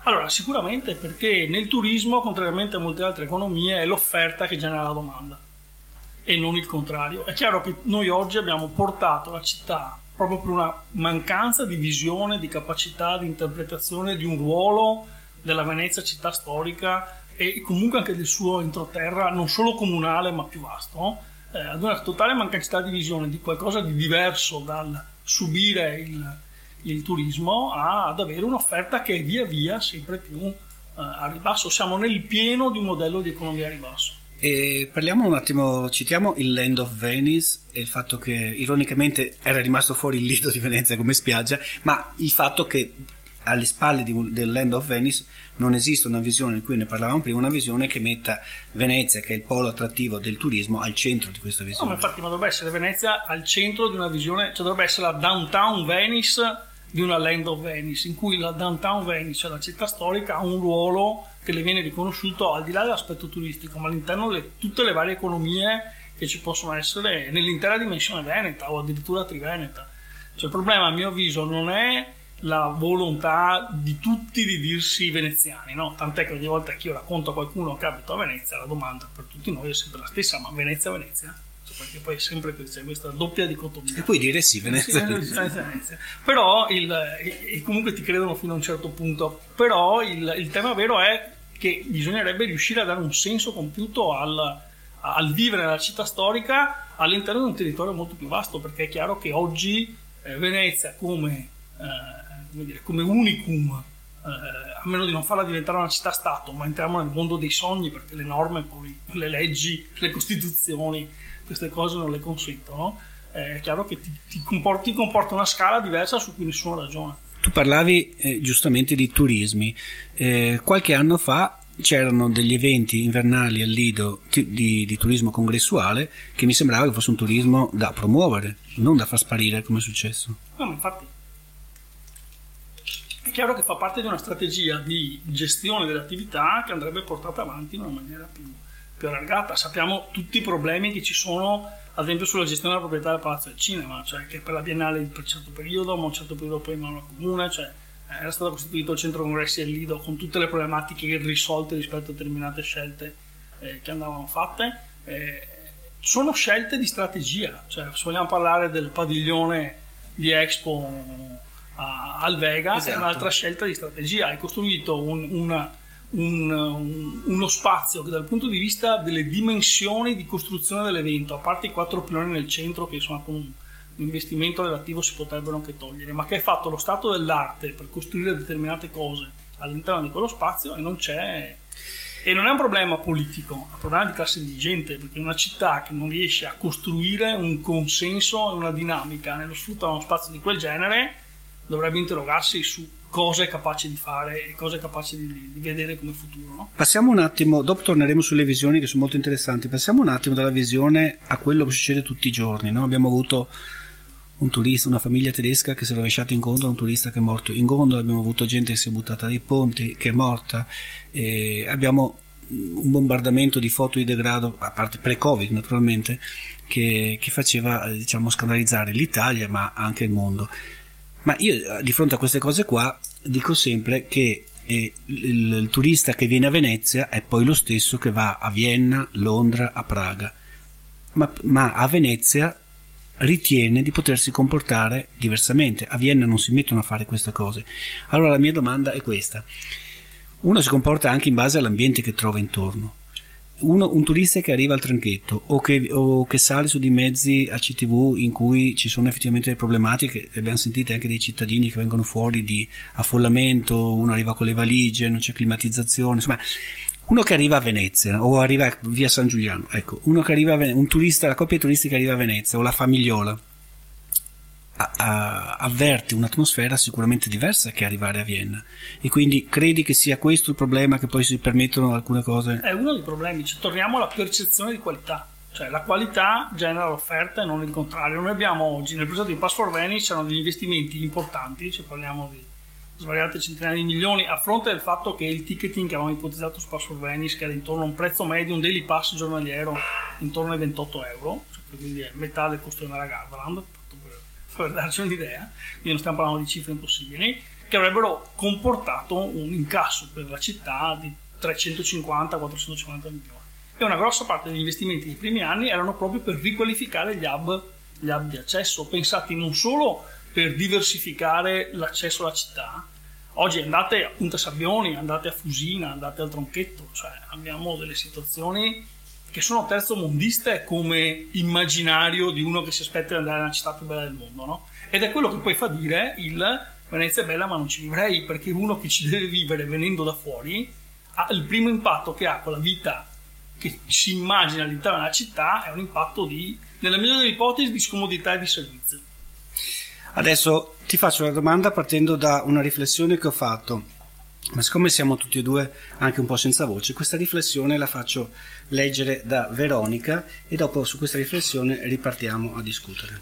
Allora, sicuramente perché nel turismo, contrariamente a molte altre economie, è l'offerta che genera la domanda e non il contrario. È chiaro che noi oggi abbiamo portato la città proprio per una mancanza di visione, di capacità, di interpretazione di un ruolo della Venezia città storica e comunque anche del suo entroterra, non solo comunale ma più vasto, ad una totale mancanza di visione di qualcosa di diverso dal subire il turismo ad avere un'offerta che è via via sempre più a ribasso. Siamo nel pieno di un modello di economia a ribasso. E parliamo un attimo, citiamo il Land of Venice e il fatto che ironicamente era rimasto fuori il Lido di Venezia come spiaggia, ma il fatto che alle spalle del Land of Venice non esiste una visione, di cui ne parlavamo prima, una visione che metta Venezia, che è il polo attrattivo del turismo, al centro di questa visione. No, ma infatti, ma dovrebbe essere Venezia al centro di una visione, cioè dovrebbe essere la downtown Venice di una Land of Venice, in cui la downtown Venice, cioè la città storica, ha un ruolo che le viene riconosciuto al di là dell'aspetto turistico, ma all'interno di tutte le varie economie che ci possono essere nell'intera dimensione veneta o addirittura triveneta. Cioè, il problema, a mio avviso, non è la volontà di tutti di dirsi veneziani, no? Tant'è che ogni volta che io racconto a qualcuno che abito a Venezia, la domanda per tutti noi è sempre la stessa: ma Venezia? Cioè, perché poi è sempre questa doppia dicotomia. E puoi dire sì, Venezia. Venezia. Però e comunque ti credono fino a un certo punto. Però il tema vero è che bisognerebbe riuscire a dare un senso compiuto al vivere nella città storica all'interno di un territorio molto più vasto, perché è chiaro che oggi Venezia come unicum, a meno di non farla diventare una città-stato, ma entriamo nel mondo dei sogni, perché le norme, poi le leggi, le costituzioni, queste cose non le consentono. È chiaro che ti comporta una scala diversa su cui nessuno ragiona. Tu parlavi giustamente di turismi. Qualche anno fa c'erano degli eventi invernali al Lido di turismo congressuale che mi sembrava che fosse un turismo da promuovere, non da far sparire come è successo. No, ma infatti è chiaro che fa parte di una strategia di gestione dell'attività che andrebbe portata avanti in una maniera più allargata. Sappiamo tutti i problemi che ci sono, ad esempio, sulla gestione della proprietà del Palazzo del Cinema, cioè che per la Biennale per un certo periodo, ma un certo periodo poi in mano al comune, cioè era stato costituito il centro congressi del Lido con tutte le problematiche irrisolte rispetto a determinate scelte che andavano fatte. Sono scelte di strategia, cioè se vogliamo parlare del padiglione di Expo al Vega, esatto. È un'altra scelta di strategia. Hai costruito uno spazio che dal punto di vista delle dimensioni di costruzione dell'evento, a parte i 4 piloni nel centro che sono un investimento relativo si potrebbero anche togliere, ma che è fatto lo stato dell'arte per costruire determinate cose all'interno di quello spazio, e non c'è. E non è un problema politico, è un problema di classe dirigente, perché una città che non riesce a costruire un consenso e una dinamica nello sfruttare uno spazio di quel genere dovrebbe interrogarsi su cosa è capace di fare e cosa è capace di vedere come futuro, no? Passiamo un attimo, dopo torneremo sulle visioni che sono molto interessanti, passiamo un attimo dalla visione a quello che succede tutti i giorni, no? Abbiamo avuto un turista, una famiglia tedesca che si è rovesciata in gondola, un turista che è morto in gondola, abbiamo avuto gente che si è buttata dai ponti, che è morta, abbiamo un bombardamento di foto di degrado, a parte pre-Covid naturalmente, che faceva scandalizzare l'Italia ma anche il mondo. Ma io di fronte a queste cose qua dico sempre che il turista che viene a Venezia è poi lo stesso che va a Vienna, Londra, a Praga, ma a Venezia ritiene di potersi comportare diversamente. A Vienna non si mettono a fare queste cose. Allora la mia domanda è questa: uno si comporta anche in base all'ambiente che trova intorno. Un turista che arriva al tranchetto o che sale su dei mezzi a CTV in cui ci sono effettivamente delle problematiche, abbiamo sentito anche dei cittadini che vengono fuori di affollamento, uno arriva con le valigie, non c'è climatizzazione, insomma, uno che arriva a Venezia o arriva a via San Giuliano, ecco, uno che arriva un turista, la coppia turistica arriva a Venezia o la famigliola avverte un'atmosfera sicuramente diversa che arrivare a Vienna, e quindi credi che sia questo il problema, che poi si permettono alcune cose? È uno dei problemi, cioè, torniamo alla percezione di qualità, cioè la qualità genera l'offerta e non il contrario. Noi abbiamo oggi nel progetto di Pass for Venice c'erano degli investimenti importanti, cioè parliamo di svariate centinaia di milioni, a fronte del fatto che il ticketing che avevamo ipotizzato su Pass for Venice, che era intorno a un prezzo medio, un daily pass giornaliero intorno ai 28 euro, cioè, quindi è metà del costo di andare a Gardaland, per darci un'idea, quindi non stiamo parlando di cifre impossibili, che avrebbero comportato un incasso per la città di 350-450 milioni. E una grossa parte degli investimenti dei primi anni erano proprio per riqualificare gli hub di accesso, pensati non solo per diversificare l'accesso alla città. Oggi andate a Punta Sabbioni, andate a Fusina, andate al Tronchetto, cioè abbiamo delle situazioni che sono terzomondiste come immaginario di uno che si aspetta di andare nella città più bella del mondo, no? Ed è quello che poi fa dire il Venezia è bella ma non ci vivrei, perché uno che ci deve vivere venendo da fuori, il primo impatto che ha con la vita che si immagina all'interno della città è un impatto di, nella migliore delle ipotesi, di scomodità e di servizio. Adesso ti faccio una domanda partendo da una riflessione che ho fatto, ma siccome siamo tutti e due anche un po' senza voce, questa riflessione la faccio leggere da Veronica e dopo su questa riflessione ripartiamo a discutere.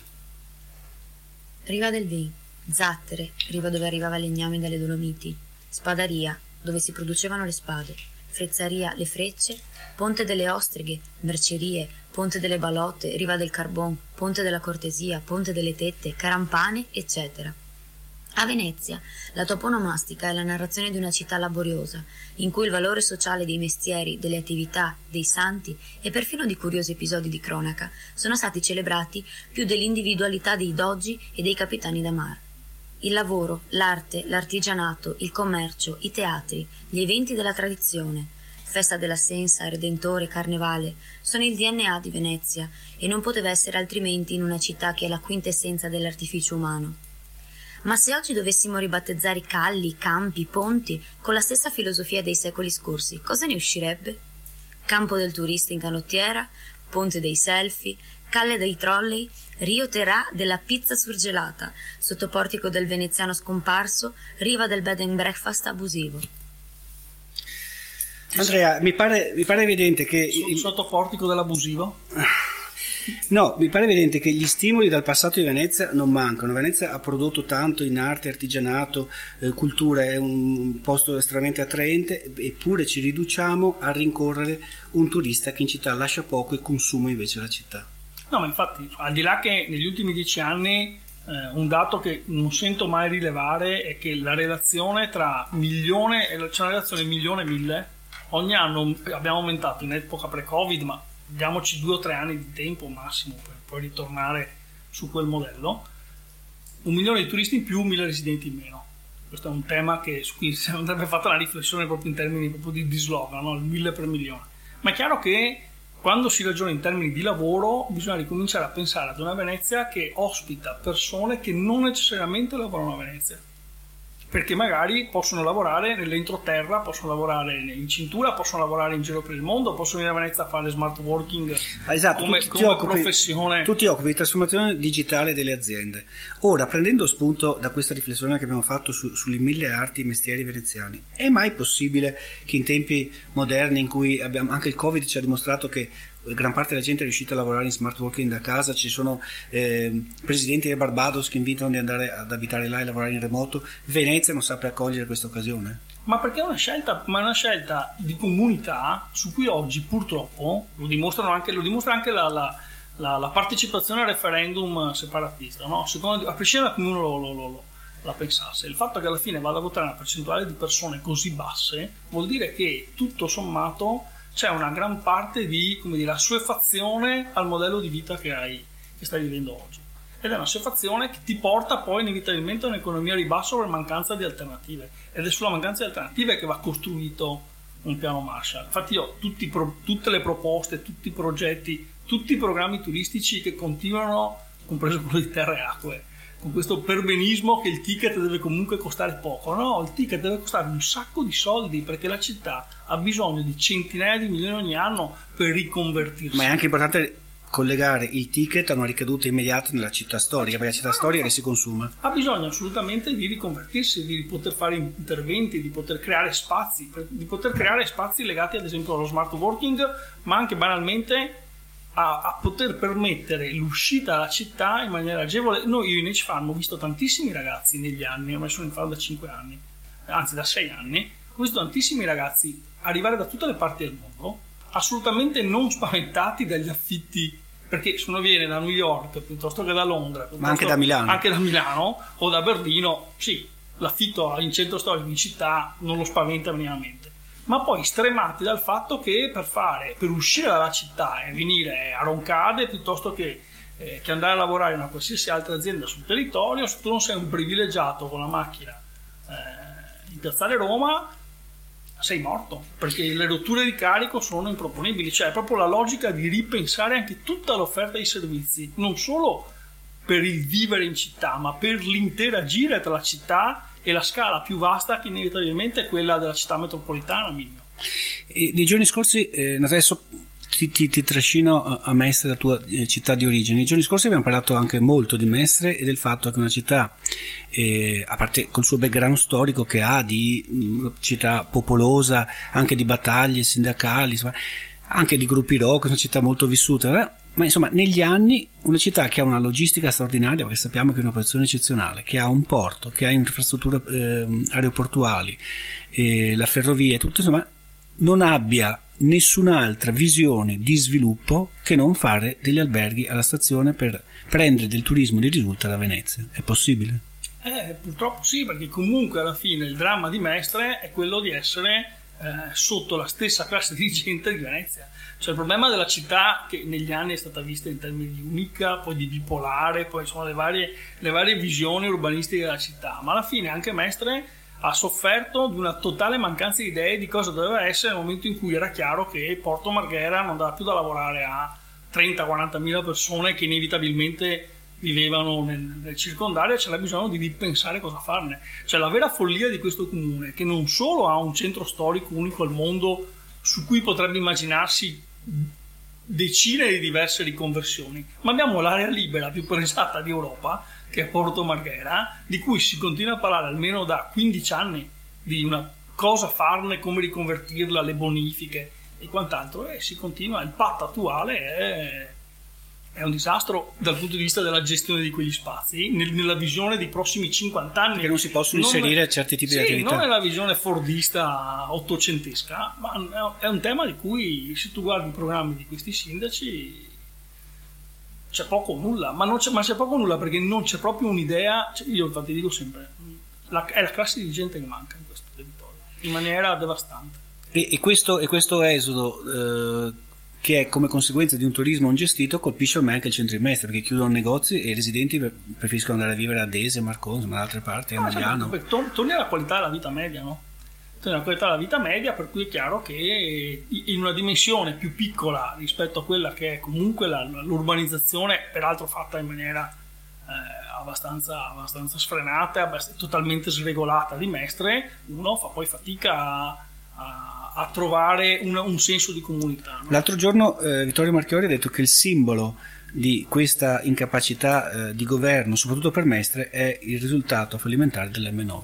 Riva del Vin, Zattere, riva dove arrivava il legname dalle Dolomiti, Spadaria, dove si producevano le spade, Frezzaria, le frecce, Ponte delle Ostreghe, Mercerie, Ponte delle Balotte, Riva del Carbon, Ponte della Cortesia, Ponte delle Tette, Carampane, eccetera. A Venezia, la toponomastica è la narrazione di una città laboriosa, in cui il valore sociale dei mestieri, delle attività, dei santi e perfino di curiosi episodi di cronaca sono stati celebrati più dell'individualità dei doggi e dei capitani da mar. Il lavoro, l'arte, l'artigianato, il commercio, i teatri, gli eventi della tradizione, Festa della Sensa, Redentore, Carnevale, sono il DNA di Venezia e non poteva essere altrimenti in una città che è la quintessenza dell'artificio umano. Ma se oggi dovessimo ribattezzare i calli, campi, ponti con la stessa filosofia dei secoli scorsi, cosa ne uscirebbe? Campo del turista in canottiera, Ponte dei selfie, Calle dei trolley, Rio Terà della pizza surgelata, sottoportico del veneziano scomparso, riva del bed and breakfast abusivo. Andrea, mi pare evidente che Il sottoportico dell'abusivo? No, mi pare evidente che gli stimoli dal passato di Venezia non mancano. Venezia ha prodotto tanto in arte, artigianato, cultura, è un posto estremamente attraente, eppure ci riduciamo a rincorrere un turista che in città lascia poco e consuma invece la città. No, ma infatti, al di là che negli ultimi 10 anni un dato che non sento mai rilevare è che la relazione tra milione, c'è una relazione milione e 1000, ogni anno abbiamo aumentato in epoca pre-Covid, ma diamoci 2 o 3 anni di tempo massimo per poi ritornare su quel modello, 1 milione di turisti in più, 1000 residenti in meno. Questo è un tema su cui andrebbe fatta una riflessione proprio in termini proprio di slogan, no? Il 1000 per milione. Ma è chiaro che quando si ragiona in termini di lavoro bisogna ricominciare a pensare ad una Venezia che ospita persone che non necessariamente lavorano a Venezia, perché magari possono lavorare nell'entroterra, possono lavorare in cintura, possono lavorare in giro per il mondo, possono venire a Venezia a fare smart working. Esatto, come professione. Tu ti occupi di trasformazione digitale delle aziende. Ora, prendendo spunto da questa riflessione che abbiamo fatto sulle 1000 arti e mestieri veneziani, è mai possibile che in tempi moderni in cui anche il Covid ci ha dimostrato che gran parte della gente è riuscita a lavorare in smart working da casa, ci sono presidenti del Barbados che invitano di andare ad abitare là e lavorare in remoto, Venezia non sappia accogliere questa occasione? Ma perché è una scelta di comunità su cui oggi purtroppo lo dimostra anche la partecipazione al referendum separatista, no? A prescindere da come uno la pensasse, il fatto che alla fine vada a votare una percentuale di persone così basse vuol dire che tutto sommato c'è una gran parte di, come dire, assuefazione al modello di vita che stai vivendo oggi, ed è una assuefazione che ti porta poi inevitabilmente a un'economia a ribasso per mancanza di alternative, ed è sulla mancanza di alternative che va costruito un piano Marshall. Infatti io tutte le proposte, tutti i progetti, tutti i programmi turistici che continuano, compreso quello di Terre e Acque, con questo perbenismo che il ticket deve comunque costare poco. No, il ticket deve costare un sacco di soldi, perché la città ha bisogno di centinaia di milioni ogni anno per riconvertirsi. Ma è anche importante collegare il ticket a una ricaduta immediata nella città storica, perché la città storica che si consuma ha bisogno assolutamente di riconvertirsi, di poter fare interventi, di poter creare spazi legati ad esempio allo smart working, ma anche banalmente a poter permettere l'uscita dalla città in maniera agevole. Io in Age Farm ho visto tantissimi ragazzi negli anni, ormai sono in farm da 5 anni, anzi da 6 anni, ho visto tantissimi ragazzi arrivare da tutte le parti del mondo, assolutamente non spaventati dagli affitti, perché se uno viene da New York piuttosto che da Londra, ma anche da Milano o da Berlino, sì, l'affitto in centro storico in città non lo spaventa minimamente, ma poi stremati dal fatto che per uscire dalla città e venire a Roncade piuttosto che andare a lavorare in una qualsiasi altra azienda sul territorio, se tu non sei un privilegiato con la macchina in Piazzale Roma, sei morto, perché le rotture di carico sono improponibili. Cioè è proprio la logica di ripensare anche tutta l'offerta di servizi, non solo per il vivere in città, ma per l'interagire tra la città e la scala più vasta che inevitabilmente è quella della città metropolitana. E nei giorni scorsi, adesso ti trascino a Mestre, la tua città di origine. Nei giorni scorsi abbiamo parlato anche molto di Mestre e del fatto che una città, a parte col suo background storico che ha di città popolosa, anche di battaglie sindacali, insomma, anche di gruppi rock, una città molto vissuta, ma insomma negli anni una città che ha una logistica straordinaria, perché sappiamo che è una posizione eccezionale, che ha un porto, che ha infrastrutture aeroportuali, la ferrovia e tutto, insomma non abbia nessun'altra visione di sviluppo che non fare degli alberghi alla stazione per prendere del turismo di risulta da Venezia. È possibile? Purtroppo sì, perché comunque alla fine il dramma di Mestre è quello di essere sotto la stessa classe dirigente di Venezia. Cioè il problema della città, che negli anni è stata vista in termini di unica, poi di bipolare, poi sono le varie visioni urbanistiche della città, ma alla fine anche Mestre ha sofferto di una totale mancanza di idee di cosa doveva essere nel momento in cui era chiaro che Porto Marghera non dava più da lavorare a 30-40 mila persone che inevitabilmente vivevano nel circondario, e c'era bisogno di ripensare cosa farne. Cioè la vera follia di questo comune, che non solo ha un centro storico unico al mondo su cui potrebbe immaginarsi decine di diverse riconversioni, ma abbiamo l'area libera più pensata di Europa, che è Porto Marghera, di cui si continua a parlare almeno da 15 anni di una cosa farne, come riconvertirla, le bonifiche e quant'altro, e si continua. Il patto attuale è un disastro dal punto di vista della gestione di quegli spazi, nella visione dei prossimi 50 anni. Che non si possono inserire certi tipi di attività. Non nella visione fordista ottocentesca, ma è un tema di cui, se tu guardi i programmi di questi sindaci, c'è poco o nulla, ma c'è poco o nulla perché non c'è proprio un'idea. Io infatti dico sempre, è la classe dirigente che manca in questo territorio, in maniera devastante. E questo esodo che è come conseguenza di un turismo non gestito colpisce ormai anche il centro di Mestre, perché chiudono negozi e i residenti preferiscono andare a vivere a Dese, Marconi, ma da altre parti, a Magliano. Torni alla qualità della vita media, no? La qualità della vita media, per cui è chiaro che in una dimensione più piccola rispetto a quella che è comunque l'urbanizzazione, peraltro fatta in maniera abbastanza sfrenata, totalmente sregolata di Mestre, uno fa poi fatica a trovare un senso di comunità, no? L'altro giorno Vittorio Marchiori ha detto che il simbolo di questa incapacità di governo, soprattutto per Mestre, è il risultato fallimentare dell'M9.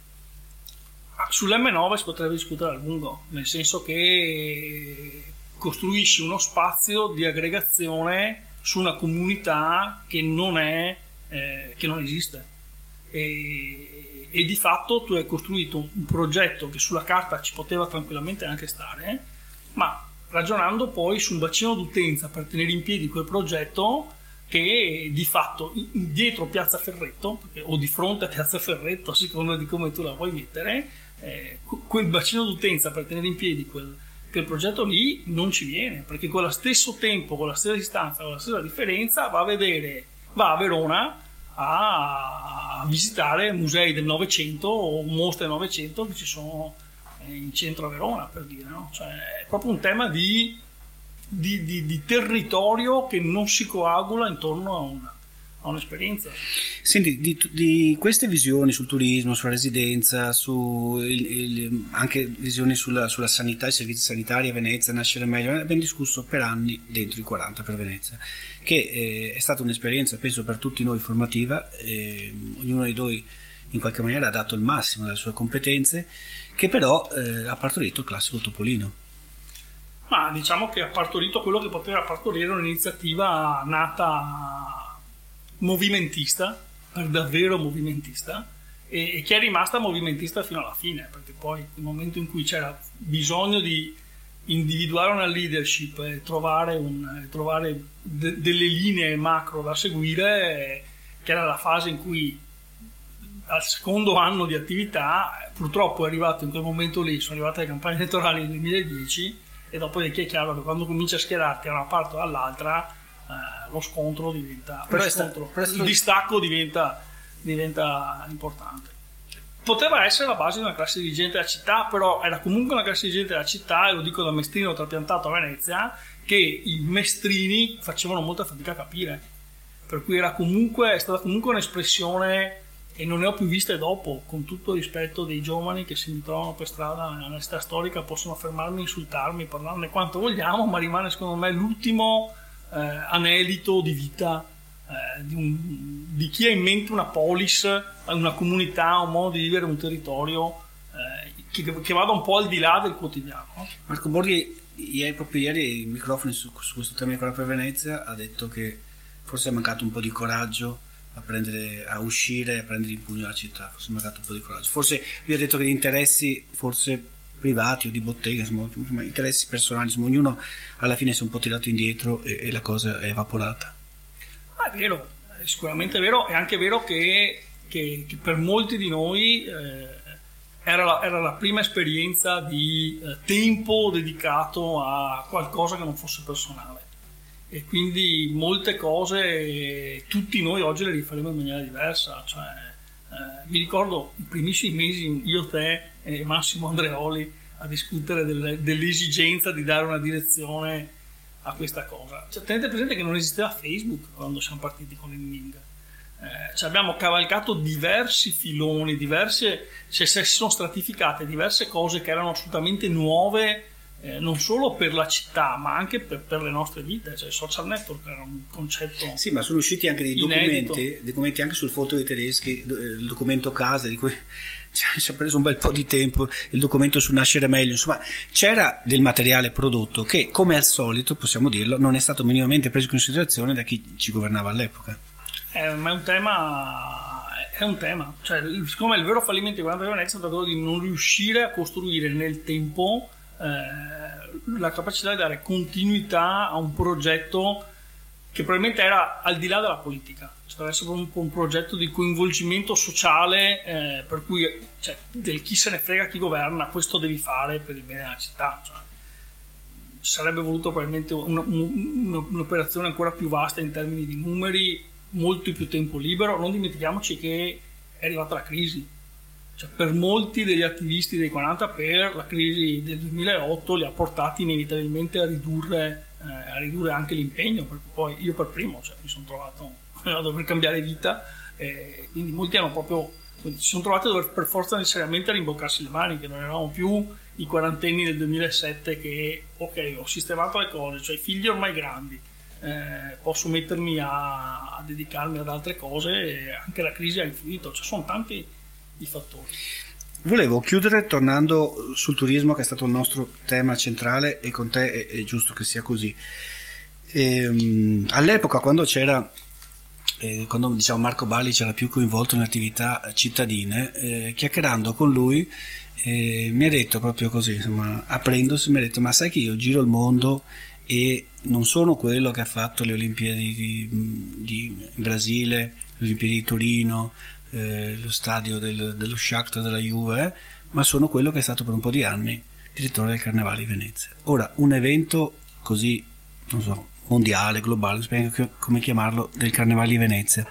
Sull'M9 si potrebbe discutere a lungo, nel senso che costruisci uno spazio di aggregazione su una comunità che non esiste, e di fatto tu hai costruito un progetto che sulla carta ci poteva tranquillamente anche stare, ma ragionando poi su un bacino d'utenza per tenere in piedi quel progetto che di fatto dietro Piazza Ferretto, o di fronte a Piazza Ferretto, a seconda di come tu la vuoi mettere, quel bacino d'utenza per tenere in piedi quel progetto lì non ci viene, perché con lo stesso tempo, con la stessa distanza, con la stessa differenza va a Verona a visitare musei del Novecento o mostre del Novecento che ci sono in centro a Verona, per dire, no? Cioè è proprio un tema di territorio che non si coagula intorno a un'esperienza. Senti, di queste visioni sul turismo, sulla residenza, anche visioni sulla sanità, i servizi sanitari a Venezia, nascere meglio, abbiamo discusso per anni dentro i 40 per Venezia, che è stata un'esperienza, penso, per tutti noi formativa. Ognuno di noi in qualche maniera ha dato il massimo delle sue competenze, che però ha partorito il classico topolino. Ma diciamo che ha partorito quello che poteva partorire un'iniziativa nata movimentista, per davvero movimentista, e che è rimasta movimentista fino alla fine, perché poi nel momento in cui c'era bisogno di individuare una leadership e trovare delle linee macro da seguire, che era la fase in cui al secondo anno di attività, purtroppo è arrivato in quel momento lì, sono arrivate le campagne elettorali del 2010 e dopo è chiaro che quando cominci a schierarti da una parte o dall'altra lo scontro diventa, il distacco diventa importante. Poteva essere la base di una classe dirigente della città, però era comunque una classe dirigente della città, e lo dico da mestrino trapiantato a Venezia, che i mestrini facevano molta fatica a capire, per cui è stata comunque un'espressione, e non ne ho più viste dopo, con tutto il rispetto dei giovani che si ritrovano per strada nella città storica, possono fermarmi, insultarmi, parlarne quanto vogliamo, ma rimane secondo me l'ultimo anelito di vita di chi ha in mente una polis, una comunità, un modo di vivere un territorio che vada un po' al di là del quotidiano. Marco Borghi proprio ieri ai microfoni su questo tema di per Venezia ha detto che forse è mancato un po' di coraggio a uscire e a prendere in pugno la città, forse è mancato un po' di coraggio, forse lui ha detto che gli interessi forse privati o di bottega, insomma, interessi personali, insomma, ognuno alla fine si è un po' tirato indietro e la cosa è evaporata. È vero, è sicuramente vero, è anche vero che per molti di noi era la prima esperienza di tempo dedicato a qualcosa che non fosse personale, e quindi molte cose tutti noi oggi le rifaremo in maniera diversa. Mi ricordo i primissimi mesi, io, te e Massimo Andreoli, a discutere dell'esigenza di dare una direzione a questa cosa. Tenete presente che non esisteva Facebook quando siamo partiti con il Ning. Abbiamo cavalcato diversi filoni, si sono stratificate diverse cose che erano assolutamente nuove, non solo per la città ma anche per le nostre vite. Il social network era un concetto. Sì, ma sono usciti anche dei documenti anche sul foto dei tedeschi, il documento casa di cui ci ha preso un bel po' di tempo, il documento su Nascere Meglio, insomma c'era del materiale prodotto che, come al solito, possiamo dirlo, non è stato minimamente preso in considerazione da chi ci governava all'epoca. Ma è un tema, siccome il vero fallimento di Guardia Venezia è stato quello di non riuscire a costruire nel tempo la capacità di dare continuità a un progetto che probabilmente era al di là della politica. Deve essere un progetto di coinvolgimento sociale, per cui del chi se ne frega chi governa, questo devi fare per il bene della città. Sarebbe voluto probabilmente un'operazione ancora più vasta in termini di numeri, molto più tempo libero. Non dimentichiamoci che è arrivata la crisi, per molti degli attivisti dei 40 per la crisi del 2008 li ha portati inevitabilmente a ridurre anche l'impegno, perché poi io per primo mi sono trovato a dover cambiare vita, quindi molti si sono trovati a dover per forza necessariamente rimboccarsi le maniche. Non eravamo più i quarantenni del 2007 che ok, ho sistemato le cose, ho i figli ormai grandi, posso mettermi a dedicarmi ad altre cose, e anche la crisi ha influito. Sono tanti i fattori. Volevo chiudere tornando sul turismo, che è stato il nostro tema centrale, e con te è giusto che sia così. All'epoca, quando diciamo Marco Balli c'era più coinvolto in attività cittadine, chiacchierando con lui mi ha detto proprio così, insomma, aprendosi, mi ha detto: ma sai che io giro il mondo e non sono quello che ha fatto le Olimpiadi di Brasile, le Olimpiadi di Torino, lo stadio dello Shakhtar della Juve, ma sono quello che è stato per un po' di anni direttore del Carnevale di Venezia. Ora, un evento così, non so, mondiale, globale, non so come chiamarlo, del Carnevale di Venezia,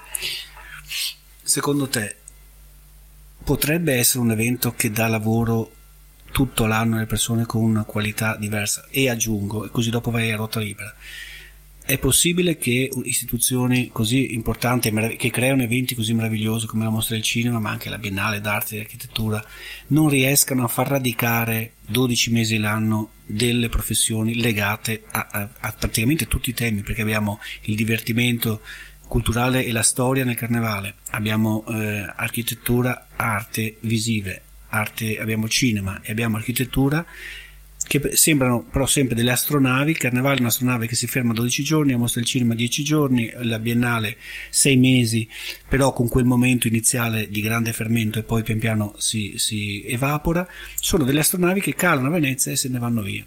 secondo te potrebbe essere un evento che dà lavoro tutto l'anno alle persone con una qualità diversa? E aggiungo, e così dopo vai a ruota libera, è possibile che istituzioni così importanti che creano eventi così meravigliosi come la Mostra del Cinema, ma anche la Biennale d'Arte e di Architettura, non riescano a far radicare 12 mesi l'anno delle professioni legate a praticamente tutti i temi? Perché abbiamo il divertimento culturale e la storia nel Carnevale, abbiamo architettura, arte visive, abbiamo cinema e abbiamo architettura, che sembrano però sempre delle astronavi. Il Carnevale è un'astronave che si ferma 12 giorni, la Mostra del Cinema 10 giorni, la Biennale 6 mesi, però con quel momento iniziale di grande fermento e poi pian piano si evapora. Sono delle astronavi che calano a Venezia e se ne vanno via.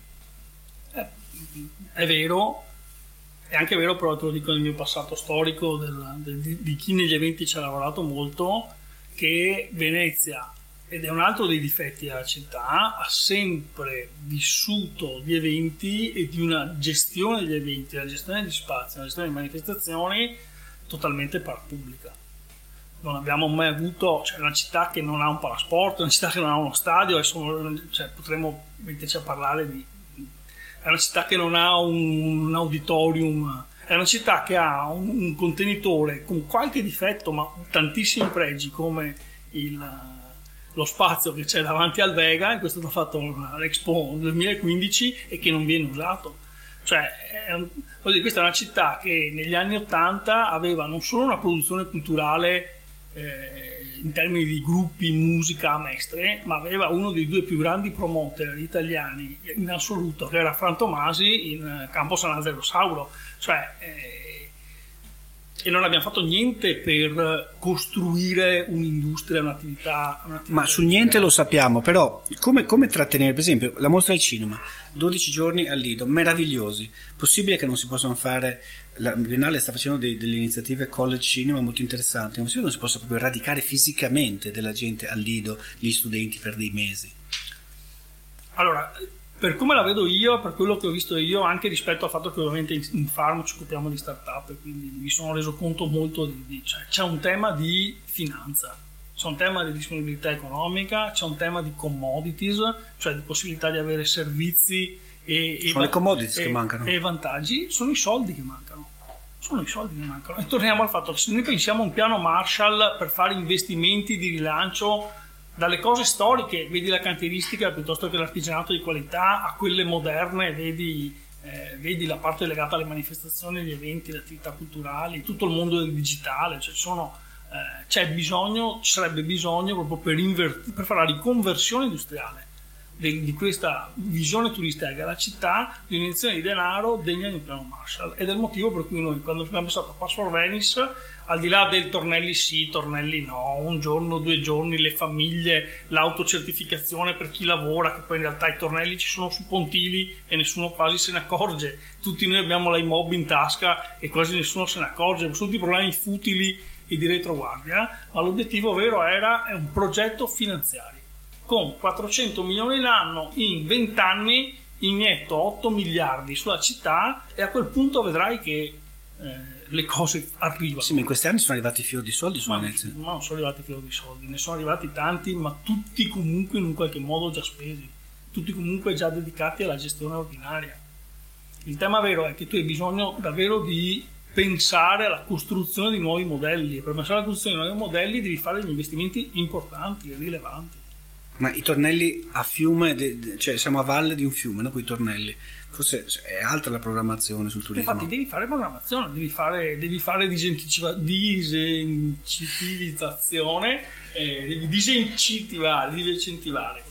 È vero, è anche vero, però te lo dico nel mio passato storico di chi negli eventi ci ha lavorato molto, che Venezia, ed è un altro dei difetti della città, ha sempre vissuto di eventi e di una gestione degli eventi, una gestione di spazi, una gestione di manifestazioni totalmente parapubblica. Non abbiamo mai avuto, cioè una città che non ha un palasport, una città che non ha uno stadio, cioè, potremmo metterci a parlare di... È una città che non ha un auditorium, è una città che ha un contenitore con qualche difetto ma tantissimi pregi, come lo spazio che c'è davanti al Vega, in questo è stato fatto l'Expo 2015 e che non viene usato. Cioè, questa è una città che negli anni '80 aveva non solo una produzione culturale in termini di gruppi, musica, mestre, ma aveva uno dei due più grandi promoter italiani in assoluto, che era Fran Tomasi in Campo San Lazzaro Sauro. Cioè, e non abbiamo fatto niente per costruire un'industria, un'attività ma sul niente lo sappiamo, però come trattenere, per esempio, la mostra del cinema, 12 giorni al Lido, meravigliosi, possibile che non si possano fare, la Biennale sta facendo delle iniziative college cinema molto interessanti, ma possibile che non si possa proprio radicare fisicamente della gente al Lido, gli studenti per dei mesi? Allora, per come la vedo io, per quello che ho visto io, anche rispetto al fatto che ovviamente in Farm ci occupiamo di startup, e quindi mi sono reso conto molto cioè, c'è un tema di finanza, c'è un tema di disponibilità economica, c'è un tema di commodities, cioè di possibilità di avere servizi sono le commodities che mancano, e vantaggi. Sono i soldi che mancano. E torniamo al fatto che se noi pensiamo a un piano Marshall per fare investimenti di rilancio dalle cose storiche, vedi la cantieristica piuttosto che l'artigianato di qualità, a quelle moderne, vedi la parte legata alle manifestazioni, agli eventi, alle attività culturali, tutto il mondo del digitale, cioè ci sarebbe bisogno proprio per fare la riconversione industriale di questa visione turistica della città, di un'iniezione di denaro degna di un piano Marshall. Ed è il motivo per cui noi, quando abbiamo pensato a Pass for Venice, al di là del tornelli sì, tornelli no, un giorno, 2 giorni, le famiglie, l'autocertificazione per chi lavora, che poi in realtà i tornelli ci sono su pontili e nessuno quasi se ne accorge, tutti noi abbiamo l'iMob in tasca e quasi nessuno se ne accorge, sono tutti problemi futili e di retroguardia, ma l'obiettivo vero è un progetto finanziario. Con 400 milioni l'anno in 20 anni inietto 8 miliardi sulla città e a quel punto vedrai che le cose arrivano. Sì, ma in questi anni sono arrivati fior di soldi su Venezia. Ma non sono arrivati fior di soldi, ne sono arrivati tanti, ma tutti comunque in un qualche modo già spesi, tutti comunque già dedicati alla gestione ordinaria. Il tema vero è che tu hai bisogno davvero di pensare alla costruzione di nuovi modelli, e per pensare alla costruzione di nuovi modelli devi fare degli investimenti importanti e rilevanti. Ma i tornelli a fiume, cioè siamo a valle di un fiume, no? Con i tornelli, forse è alta la programmazione sul turismo. Infatti devi fare programmazione, devi fare disincentivizzazione, devi disincentivare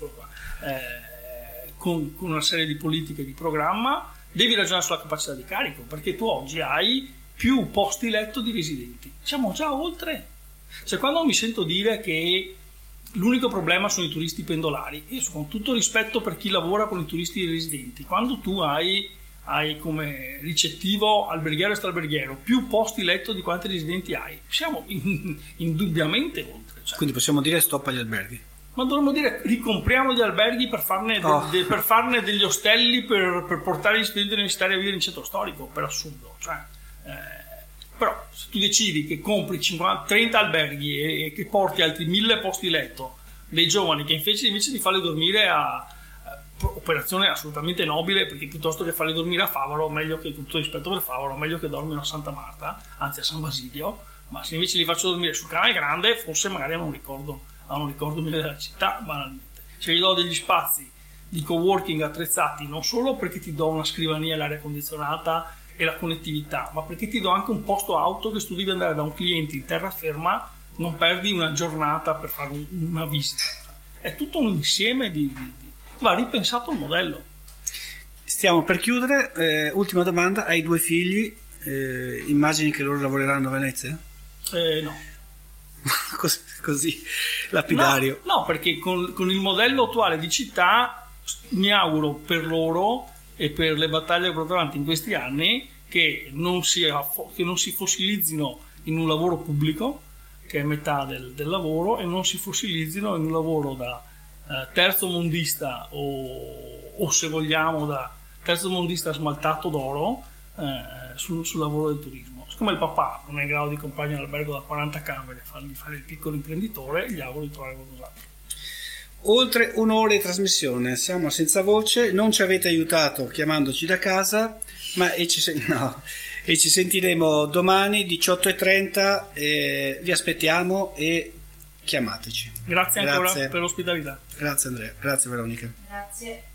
con una serie di politiche di programma, devi ragionare sulla capacità di carico, perché tu oggi hai più posti letto di residenti, siamo già oltre. Cioè, quando mi sento dire che l'unico problema sono i turisti pendolari, io con tutto rispetto per chi lavora con i turisti residenti, quando tu hai come ricettivo alberghiero e stralberghiero più posti letto di quanti residenti hai, siamo indubbiamente oltre. Cioè, quindi possiamo dire stop agli alberghi? Ma dovremmo dire ricompriamo gli alberghi per farne degli ostelli per portare gli studenti universitari a vivere in centro storico, per assurdo. Cioè, però se tu decidi che compri 30 alberghi e che porti altri 1000 posti letto dei giovani che invece di farli dormire a operazione assolutamente nobile, perché piuttosto che farli dormire a Favaro, meglio che, tutto rispetto per Favaro, meglio che dormino a Santa Marta, anzi a San Basilio, ma se invece li faccio dormire sul Canale Grande forse magari hanno un ricordo mio della città, banalmente. Se gli do degli spazi di coworking attrezzati non solo perché ti do una scrivania e l'aria condizionata e la connettività, ma perché ti do anche un posto auto che se tu devi andare da un cliente in terraferma non perdi una giornata per fare una visita. È tutto un insieme va ripensato il modello. Stiamo per chiudere, ultima domanda: hai 2 figli, immagini che loro lavoreranno a Venezia? No. Così lapidario. No, perché con il modello attuale di città mi auguro per loro e per le battaglie che portano avanti in questi anni che non si fossilizzino in un lavoro pubblico, che è metà del lavoro, e non si fossilizzino in un lavoro da terzo mondista o se vogliamo da terzo mondista smaltato d'oro sul lavoro del turismo. Siccome il papà non è in grado di comprare un albergo da 40 camere e fargli fare il piccolo imprenditore, gli auguro di trovare qualcos'altro. Oltre un'ora di trasmissione, siamo senza voce, non ci avete aiutato chiamandoci da casa, e ci sentiremo domani 18:30, vi aspettiamo e chiamateci. Grazie ancora per l'ospitalità. Grazie Andrea, grazie Veronica. Grazie.